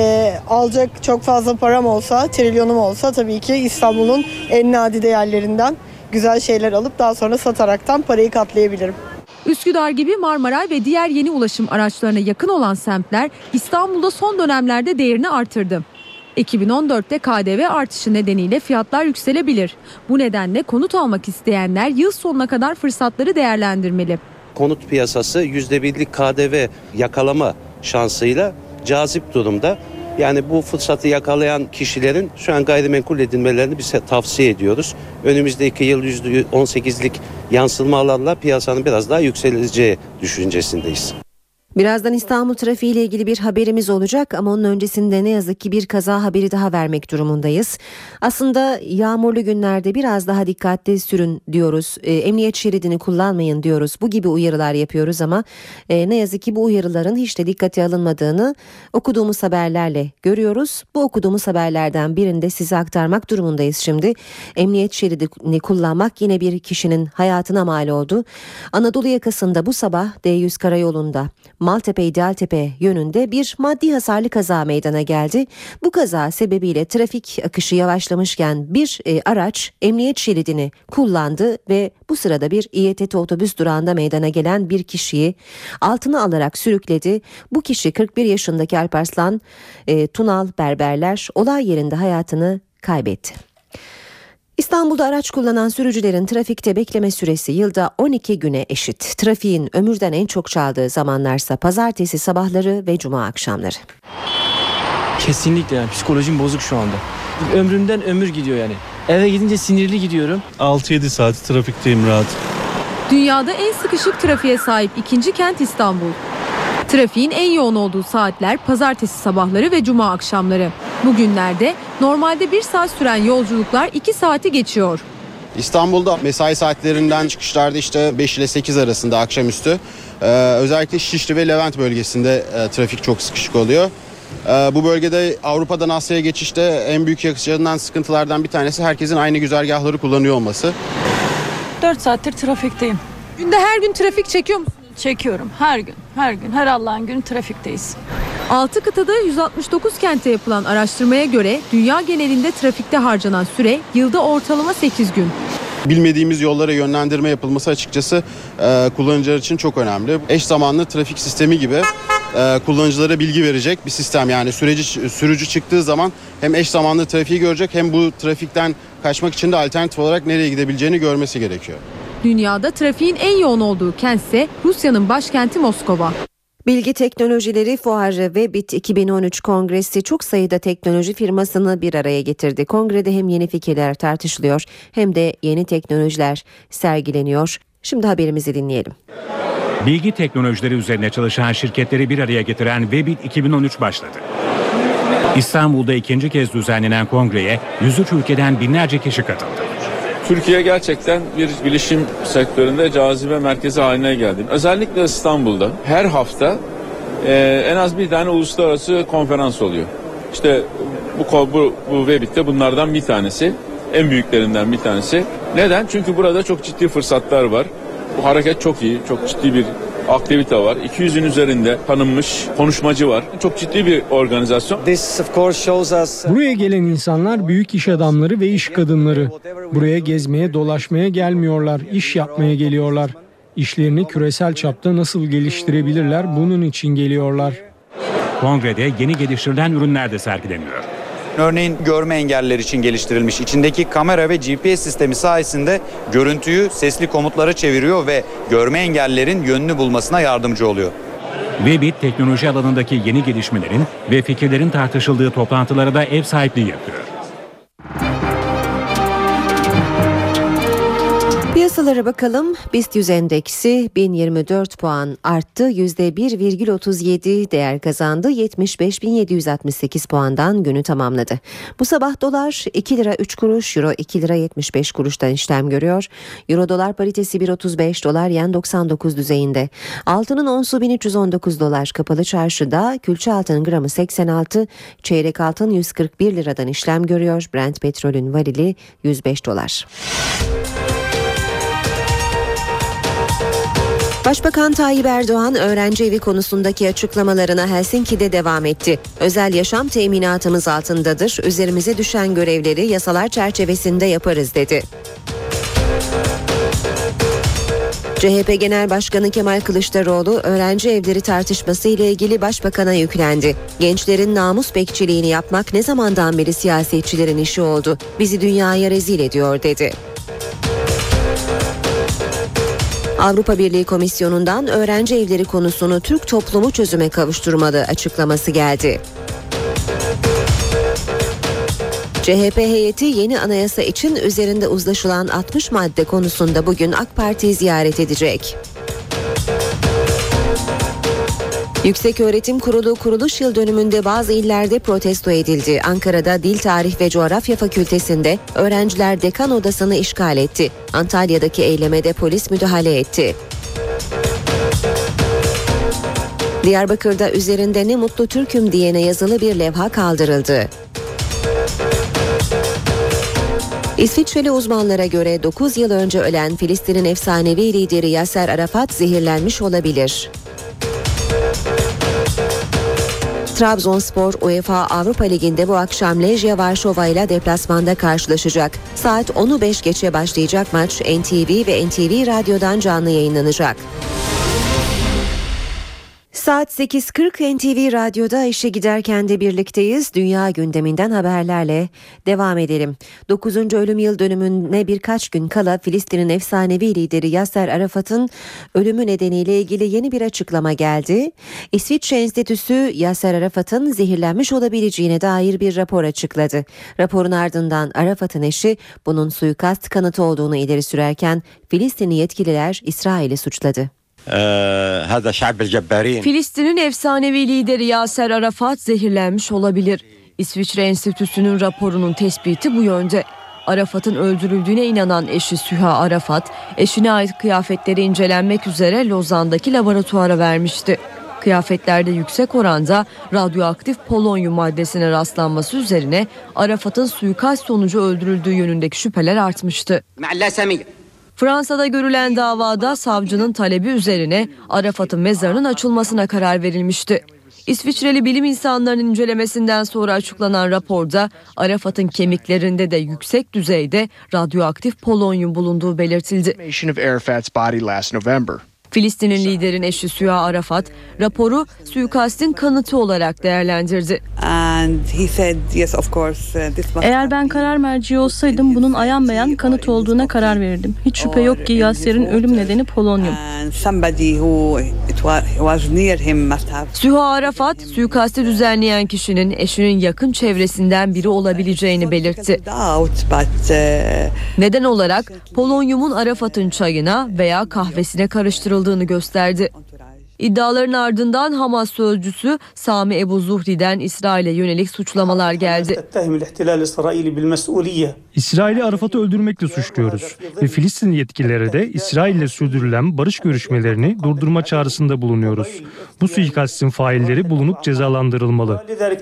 alacak çok fazla param olsa, trilyonum olsa tabii ki İstanbul'un en nadide yerlerinden güzel şeyler alıp daha sonra sataraktan parayı katlayabilirim. Üsküdar gibi Marmaray ve diğer yeni ulaşım araçlarına yakın olan semtler İstanbul'da son dönemlerde değerini artırdı. 2014'te KDV artışı nedeniyle fiyatlar yükselebilir. Bu nedenle konut almak isteyenler yıl sonuna kadar fırsatları değerlendirmeli. Konut piyasası %1'lik KDV yakalama şansıyla cazip durumda. Yani bu fırsatı yakalayan kişilerin şu an gayrimenkul edinmelerini biz tavsiye ediyoruz. Önümüzdeki yıl %18'lik yansımalarla piyasanın biraz daha yükseleceği düşüncesindeyiz. Birazdan İstanbul trafiği ile ilgili bir haberimiz olacak ama onun öncesinde ne yazık ki bir kaza haberi daha vermek durumundayız. Aslında yağmurlu günlerde biraz daha dikkatli sürün diyoruz. Emniyet şeridini kullanmayın diyoruz. Bu gibi uyarılar yapıyoruz ama ne yazık ki bu uyarıların hiç de dikkate alınmadığını okuduğumuz haberlerle görüyoruz. Bu okuduğumuz haberlerden birinde size aktarmak durumundayız şimdi. Emniyet şeridini kullanmak yine bir kişinin hayatına mal oldu. Anadolu yakasında bu sabah D100 karayolunda Maltepe-İdealtepe yönünde bir maddi hasarlı kaza meydana geldi. Bu kaza sebebiyle trafik akışı yavaşlamışken bir araç emniyet şeridini kullandı ve bu sırada bir İETT otobüs durağında meydana gelen bir kişiyi altına alarak sürükledi. Bu kişi 41 yaşındaki Alparslan Tunal Berberler olay yerinde hayatını kaybetti. İstanbul'da araç kullanan sürücülerin trafikte bekleme süresi yılda 12 güne eşit. Trafiğin ömürden en çok çaldığı zamanlarsa pazartesi sabahları ve cuma akşamları. Kesinlikle yani psikolojim bozuk şu anda. Ömrümden ömür gidiyor yani. Eve gidince sinirli gidiyorum. 6-7 saat trafikteyim rahat. Dünyada en sıkışık trafiğe sahip ikinci kent İstanbul. Trafiğin en yoğun olduğu saatler pazartesi sabahları ve cuma akşamları. Bugünlerde normalde 1 saat süren yolculuklar 2 saati geçiyor. İstanbul'da mesai saatlerinden çıkışlarda işte 5 ile 8 arasında akşamüstü. Özellikle Şişli ve Levent bölgesinde trafik çok sıkışık oluyor. Bu bölgede Avrupa'dan Asya'ya geçişte en büyük yaşanan sıkıntılardan bir tanesi herkesin aynı güzergahları kullanıyor olması. 4 saattir trafikteyim. Günde her gün trafik çekiyor musunuz? Çekiyorum her gün, her Allah'ın günü trafikteyiz. 6 kıtada 169 kente yapılan araştırmaya göre dünya genelinde trafikte harcanan süre yılda ortalama 8 gün. Bilmediğimiz yollara yönlendirme yapılması açıkçası kullanıcılar için çok önemli. Eş zamanlı trafik sistemi gibi kullanıcılara bilgi verecek bir sistem. Yani sürücü çıktığı zaman hem eş zamanlı trafiği görecek hem bu trafikten kaçmak için de alternatif olarak nereye gidebileceğini görmesi gerekiyor. Dünyada trafiğin en yoğun olduğu kentse Rusya'nın başkenti Moskova. Bilgi Teknolojileri Fuarı Webit 2013 Kongresi çok sayıda teknoloji firmasını bir araya getirdi. Kongrede hem yeni fikirler tartışılıyor hem de yeni teknolojiler sergileniyor. Şimdi haberimizi dinleyelim. Bilgi teknolojileri üzerine çalışan şirketleri bir araya getiren Webit 2013 başladı. İstanbul'da ikinci kez düzenlenen kongreye 103 ülkeden binlerce kişi katıldı. Türkiye gerçekten bir bilişim sektöründe cazibe merkezi haline geldi. Özellikle İstanbul'da her hafta en az bir tane uluslararası konferans oluyor. İşte bu Webit'te bunlardan bir tanesi, en büyüklerinden bir tanesi. Neden? Çünkü burada çok ciddi fırsatlar var. Bu hareket çok iyi, çok ciddi bir aktivite var. 200'ün üzerinde tanınmış konuşmacı var. Çok ciddi bir organizasyon. Buraya gelen insanlar büyük iş adamları ve iş kadınları. Buraya gezmeye, dolaşmaya gelmiyorlar, iş yapmaya geliyorlar. İşlerini küresel çapta nasıl geliştirebilirler bunun için geliyorlar. Kongrede yeni geliştirilen ürünler de sergileniyor. Örneğin görme engelliler için geliştirilmiş içindeki kamera ve GPS sistemi sayesinde görüntüyü sesli komutlara çeviriyor ve görme engellilerin yönünü bulmasına yardımcı oluyor. Webit teknoloji alanındaki yeni gelişmelerin ve fikirlerin tartışıldığı toplantılara da ev sahipliği yapıyor. Piyasalara bakalım. BIST 100 endeksi 1024 puan arttı. %1,37 değer kazandı. 75.768 puandan günü tamamladı. Bu sabah dolar 2 lira 3 kuruş, euro 2 lira 75 kuruştan işlem görüyor. Euro dolar paritesi 1.35, dolar yen 99 düzeyinde. Altının onsu 1319 dolar kapalı çarşıda. Külçe altın gramı 86, çeyrek altın 141 liradan işlem görüyor. Brent petrolün varili 105 dolar. Başbakan Tayyip Erdoğan öğrenci evi konusundaki açıklamalarına Helsinki'de devam etti. Özel yaşam teminatımız altındadır. Üzerimize düşen görevleri yasalar çerçevesinde yaparız dedi. CHP Genel Başkanı Kemal Kılıçdaroğlu öğrenci evleri tartışması ile ilgili Başbakan'a yüklendi. Gençlerin namus bekçiliğini yapmak ne zamandan beri siyasetçilerin işi oldu? Bizi dünyaya rezil ediyor dedi. Avrupa Birliği Komisyonu'ndan öğrenci evleri konusunu Türk toplumu çözüme kavuşturmalı açıklaması geldi. CHP heyeti yeni anayasa için üzerinde uzlaşılan 60 madde konusunda bugün AK Parti'yi ziyaret edecek. Yükseköğretim Kurulu kuruluş yıl dönümünde bazı illerde protesto edildi. Ankara'da Dil, Tarih ve Coğrafya Fakültesi'nde öğrenciler dekan odasını işgal etti. Antalya'daki eyleme de polis müdahale etti. Diyarbakır'da üzerinde "Ne mutlu Türk'üm" diyene yazılı bir levha kaldırıldı. İsviçreli uzmanlara göre 9 yıl önce ölen Filistin'in efsanevi lideri Yasser Arafat zehirlenmiş olabilir. Trabzonspor UEFA Avrupa Ligi'nde bu akşam Lejia Varşova ile deplasmanda karşılaşacak. Saat 10'u 5 geçe başlayacak maç NTV ve NTV Radyo'dan canlı yayınlanacak. Saat 8.40 NTV Radyo'da işe giderken de birlikteyiz. Dünya gündeminden haberlerle devam edelim. 9. ölüm yıl dönümüne birkaç gün kala Filistin'in efsanevi lideri Yasser Arafat'ın ölümü nedeniyle ilgili yeni bir açıklama geldi. İsviçre Enstitüsü Yasser Arafat'ın zehirlenmiş olabileceğine dair bir rapor açıkladı. Raporun ardından Arafat'ın eşi bunun suikast kanıtı olduğunu ileri sürerken Filistinli yetkililer İsrail'i suçladı. Filistin'in efsanevi lideri Yasser Arafat zehirlenmiş olabilir. İsviçre Enstitüsü'nün raporunun tespiti bu yönde. Arafat'ın öldürüldüğüne inanan eşi Süha Arafat, eşine ait kıyafetleri incelenmek üzere Lozan'daki laboratuvara vermişti. Kıyafetlerde yüksek oranda radyoaktif polonyum maddesine rastlanması üzerine Arafat'ın suikast sonucu öldürüldüğü yönündeki şüpheler artmıştı. Fransa'da görülen davada savcının talebi üzerine Arafat'ın mezarının açılmasına karar verilmişti. İsviçreli bilim insanlarının incelemesinden sonra açıklanan raporda Arafat'ın kemiklerinde de yüksek düzeyde radyoaktif polonyum bulunduğu belirtildi. Filistin'in liderin eşi Süha Arafat raporu suikastin kanıtı olarak değerlendirdi. Eğer ben karar merci olsaydım bunun ayan beyan kanıt olduğuna karar verirdim. Hiç şüphe yok ki Yasser'in ölüm nedeni polonyum. Süha Arafat suikasti düzenleyen kişinin eşinin yakın çevresinden biri olabileceğini belirtti. Neden olarak polonyumun Arafat'ın çayına veya kahvesine karıştırıldığını gösterdi. İddiaların ardından Hamas sözcüsü Sami Ebu Zuhri'den İsrail'e yönelik suçlamalar geldi. İsrail'i Arafat'ı öldürmekle suçluyoruz ve Filistin yetkilileri de İsrail'le sürdürülen barış görüşmelerini durdurma çağrısında bulunuyoruz. Bu suikastin failleri bulunup cezalandırılmalı.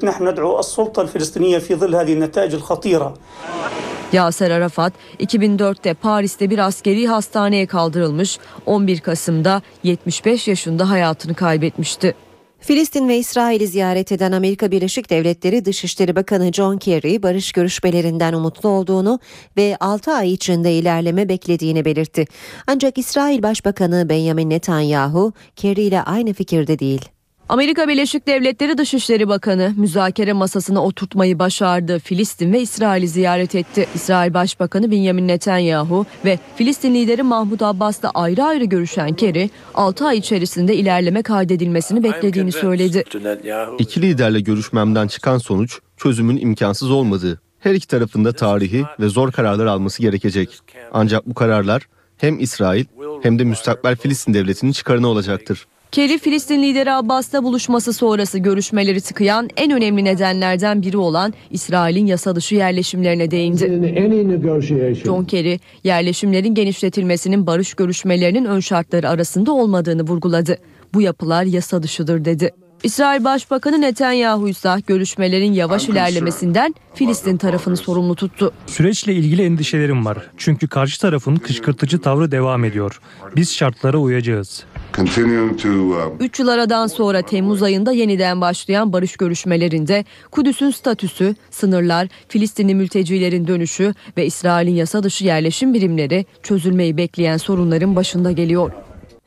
Yasser Arafat 2004'te Paris'te bir askeri hastaneye kaldırılmış, 11 Kasım'da 75 yaşında hayatını kaybetmişti. Filistin ve İsrail'i ziyaret eden Amerika Birleşik Devletleri Dışişleri Bakanı John Kerry barış görüşmelerinden umutlu olduğunu ve 6 ay içinde ilerleme beklediğini belirtti. Ancak İsrail Başbakanı Benjamin Netanyahu Kerry ile aynı fikirde değil. Amerika Birleşik Devletleri Dışişleri Bakanı müzakere masasına oturtmayı başardı. Filistin ve İsrail'i ziyaret etti. İsrail Başbakanı Benjamin Netanyahu ve Filistin lideri Mahmut Abbas'la ayrı ayrı görüşen Kerry, 6 ay içerisinde ilerleme kaydedilmesini beklediğini söyledi. İki liderle görüşmemden çıkan sonuç çözümün imkansız olmadığı. Her iki tarafın da tarihi ve zor kararlar alması gerekecek. Ancak bu kararlar hem İsrail hem de müstakbel Filistin devletinin çıkarına olacaktır. Kerry, Filistin lideri Abbas'la buluşması sonrası görüşmeleri tıkayan en önemli nedenlerden biri olan İsrail'in yasa dışı yerleşimlerine değindi. John Kerry, yerleşimlerin genişletilmesinin barış görüşmelerinin ön şartları arasında olmadığını vurguladı. Bu yapılar yasa dışıdır dedi. İsrail Başbakanı Netanyahu ise görüşmelerin yavaş ilerlemesinden Filistin tarafını sorumlu tuttu. Süreçle ilgili endişelerim var. Çünkü karşı tarafın kışkırtıcı tavrı devam ediyor. Biz şartlara uyacağız. 3 yıl aradan sonra Temmuz ayında yeniden başlayan barış görüşmelerinde Kudüs'ün statüsü, sınırlar, Filistinli mültecilerin dönüşü ve İsrail'in yasa dışı yerleşim birimleri çözülmeyi bekleyen sorunların başında geliyor.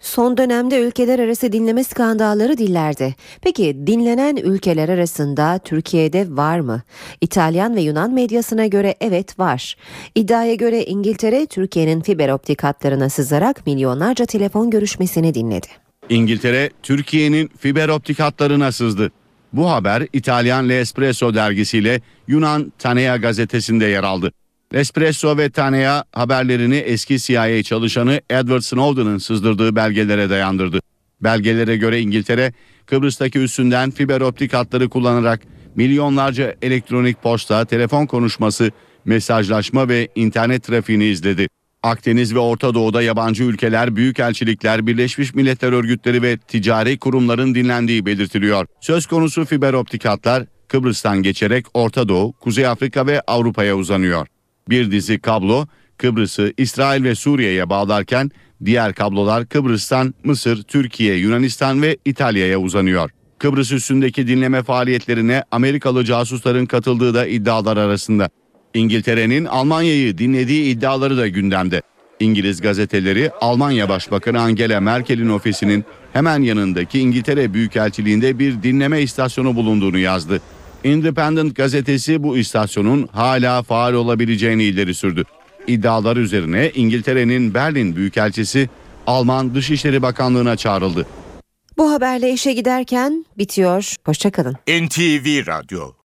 Son dönemde ülkeler arası dinleme skandalları dillerde. Peki dinlenen ülkeler arasında Türkiye'de var mı? İtalyan ve Yunan medyasına göre evet var. İddiaya göre İngiltere Türkiye'nin fiber optik hatlarına sızarak milyonlarca telefon görüşmesini dinledi. İngiltere Türkiye'nin fiber optik hatlarına sızdı. Bu haber İtalyan L'Espresso dergisiyle Yunan Tanea gazetesinde yer aldı. L'Espresso ve Tanea haberlerini eski CIA çalışanı Edward Snowden'ın sızdırdığı belgelere dayandırdı. Belgelere göre İngiltere, Kıbrıs'taki üssünden fiber optik hatları kullanarak milyonlarca elektronik posta, telefon konuşması, mesajlaşma ve internet trafiğini izledi. Akdeniz ve Orta Doğu'da yabancı ülkeler, büyükelçilikler, Birleşmiş Milletler Örgütleri ve ticari kurumların dinlendiği belirtiliyor. Söz konusu fiber optik hatlar Kıbrıs'tan geçerek Orta Doğu, Kuzey Afrika ve Avrupa'ya uzanıyor. Bir dizi kablo Kıbrıs'ı İsrail ve Suriye'ye bağlarken diğer kablolar Kıbrıs'tan Mısır, Türkiye, Yunanistan ve İtalya'ya uzanıyor. Kıbrıs üssündeki dinleme faaliyetlerine Amerikalı casusların katıldığı da iddialar arasında. İngiltere'nin Almanya'yı dinlediği iddiaları da gündemde. İngiliz gazeteleri Almanya Başbakanı Angela Merkel'in ofisinin hemen yanındaki İngiltere Büyükelçiliğinde bir dinleme istasyonu bulunduğunu yazdı. Independent gazetesi bu istasyonun hala faal olabileceğini ileri sürdü. İddialar üzerine İngiltere'nin Berlin Büyükelçisi Alman Dışişleri Bakanlığı'na çağrıldı. Bu haberle işe giderken bitiyor. Hoşça kalın. NTV Radyo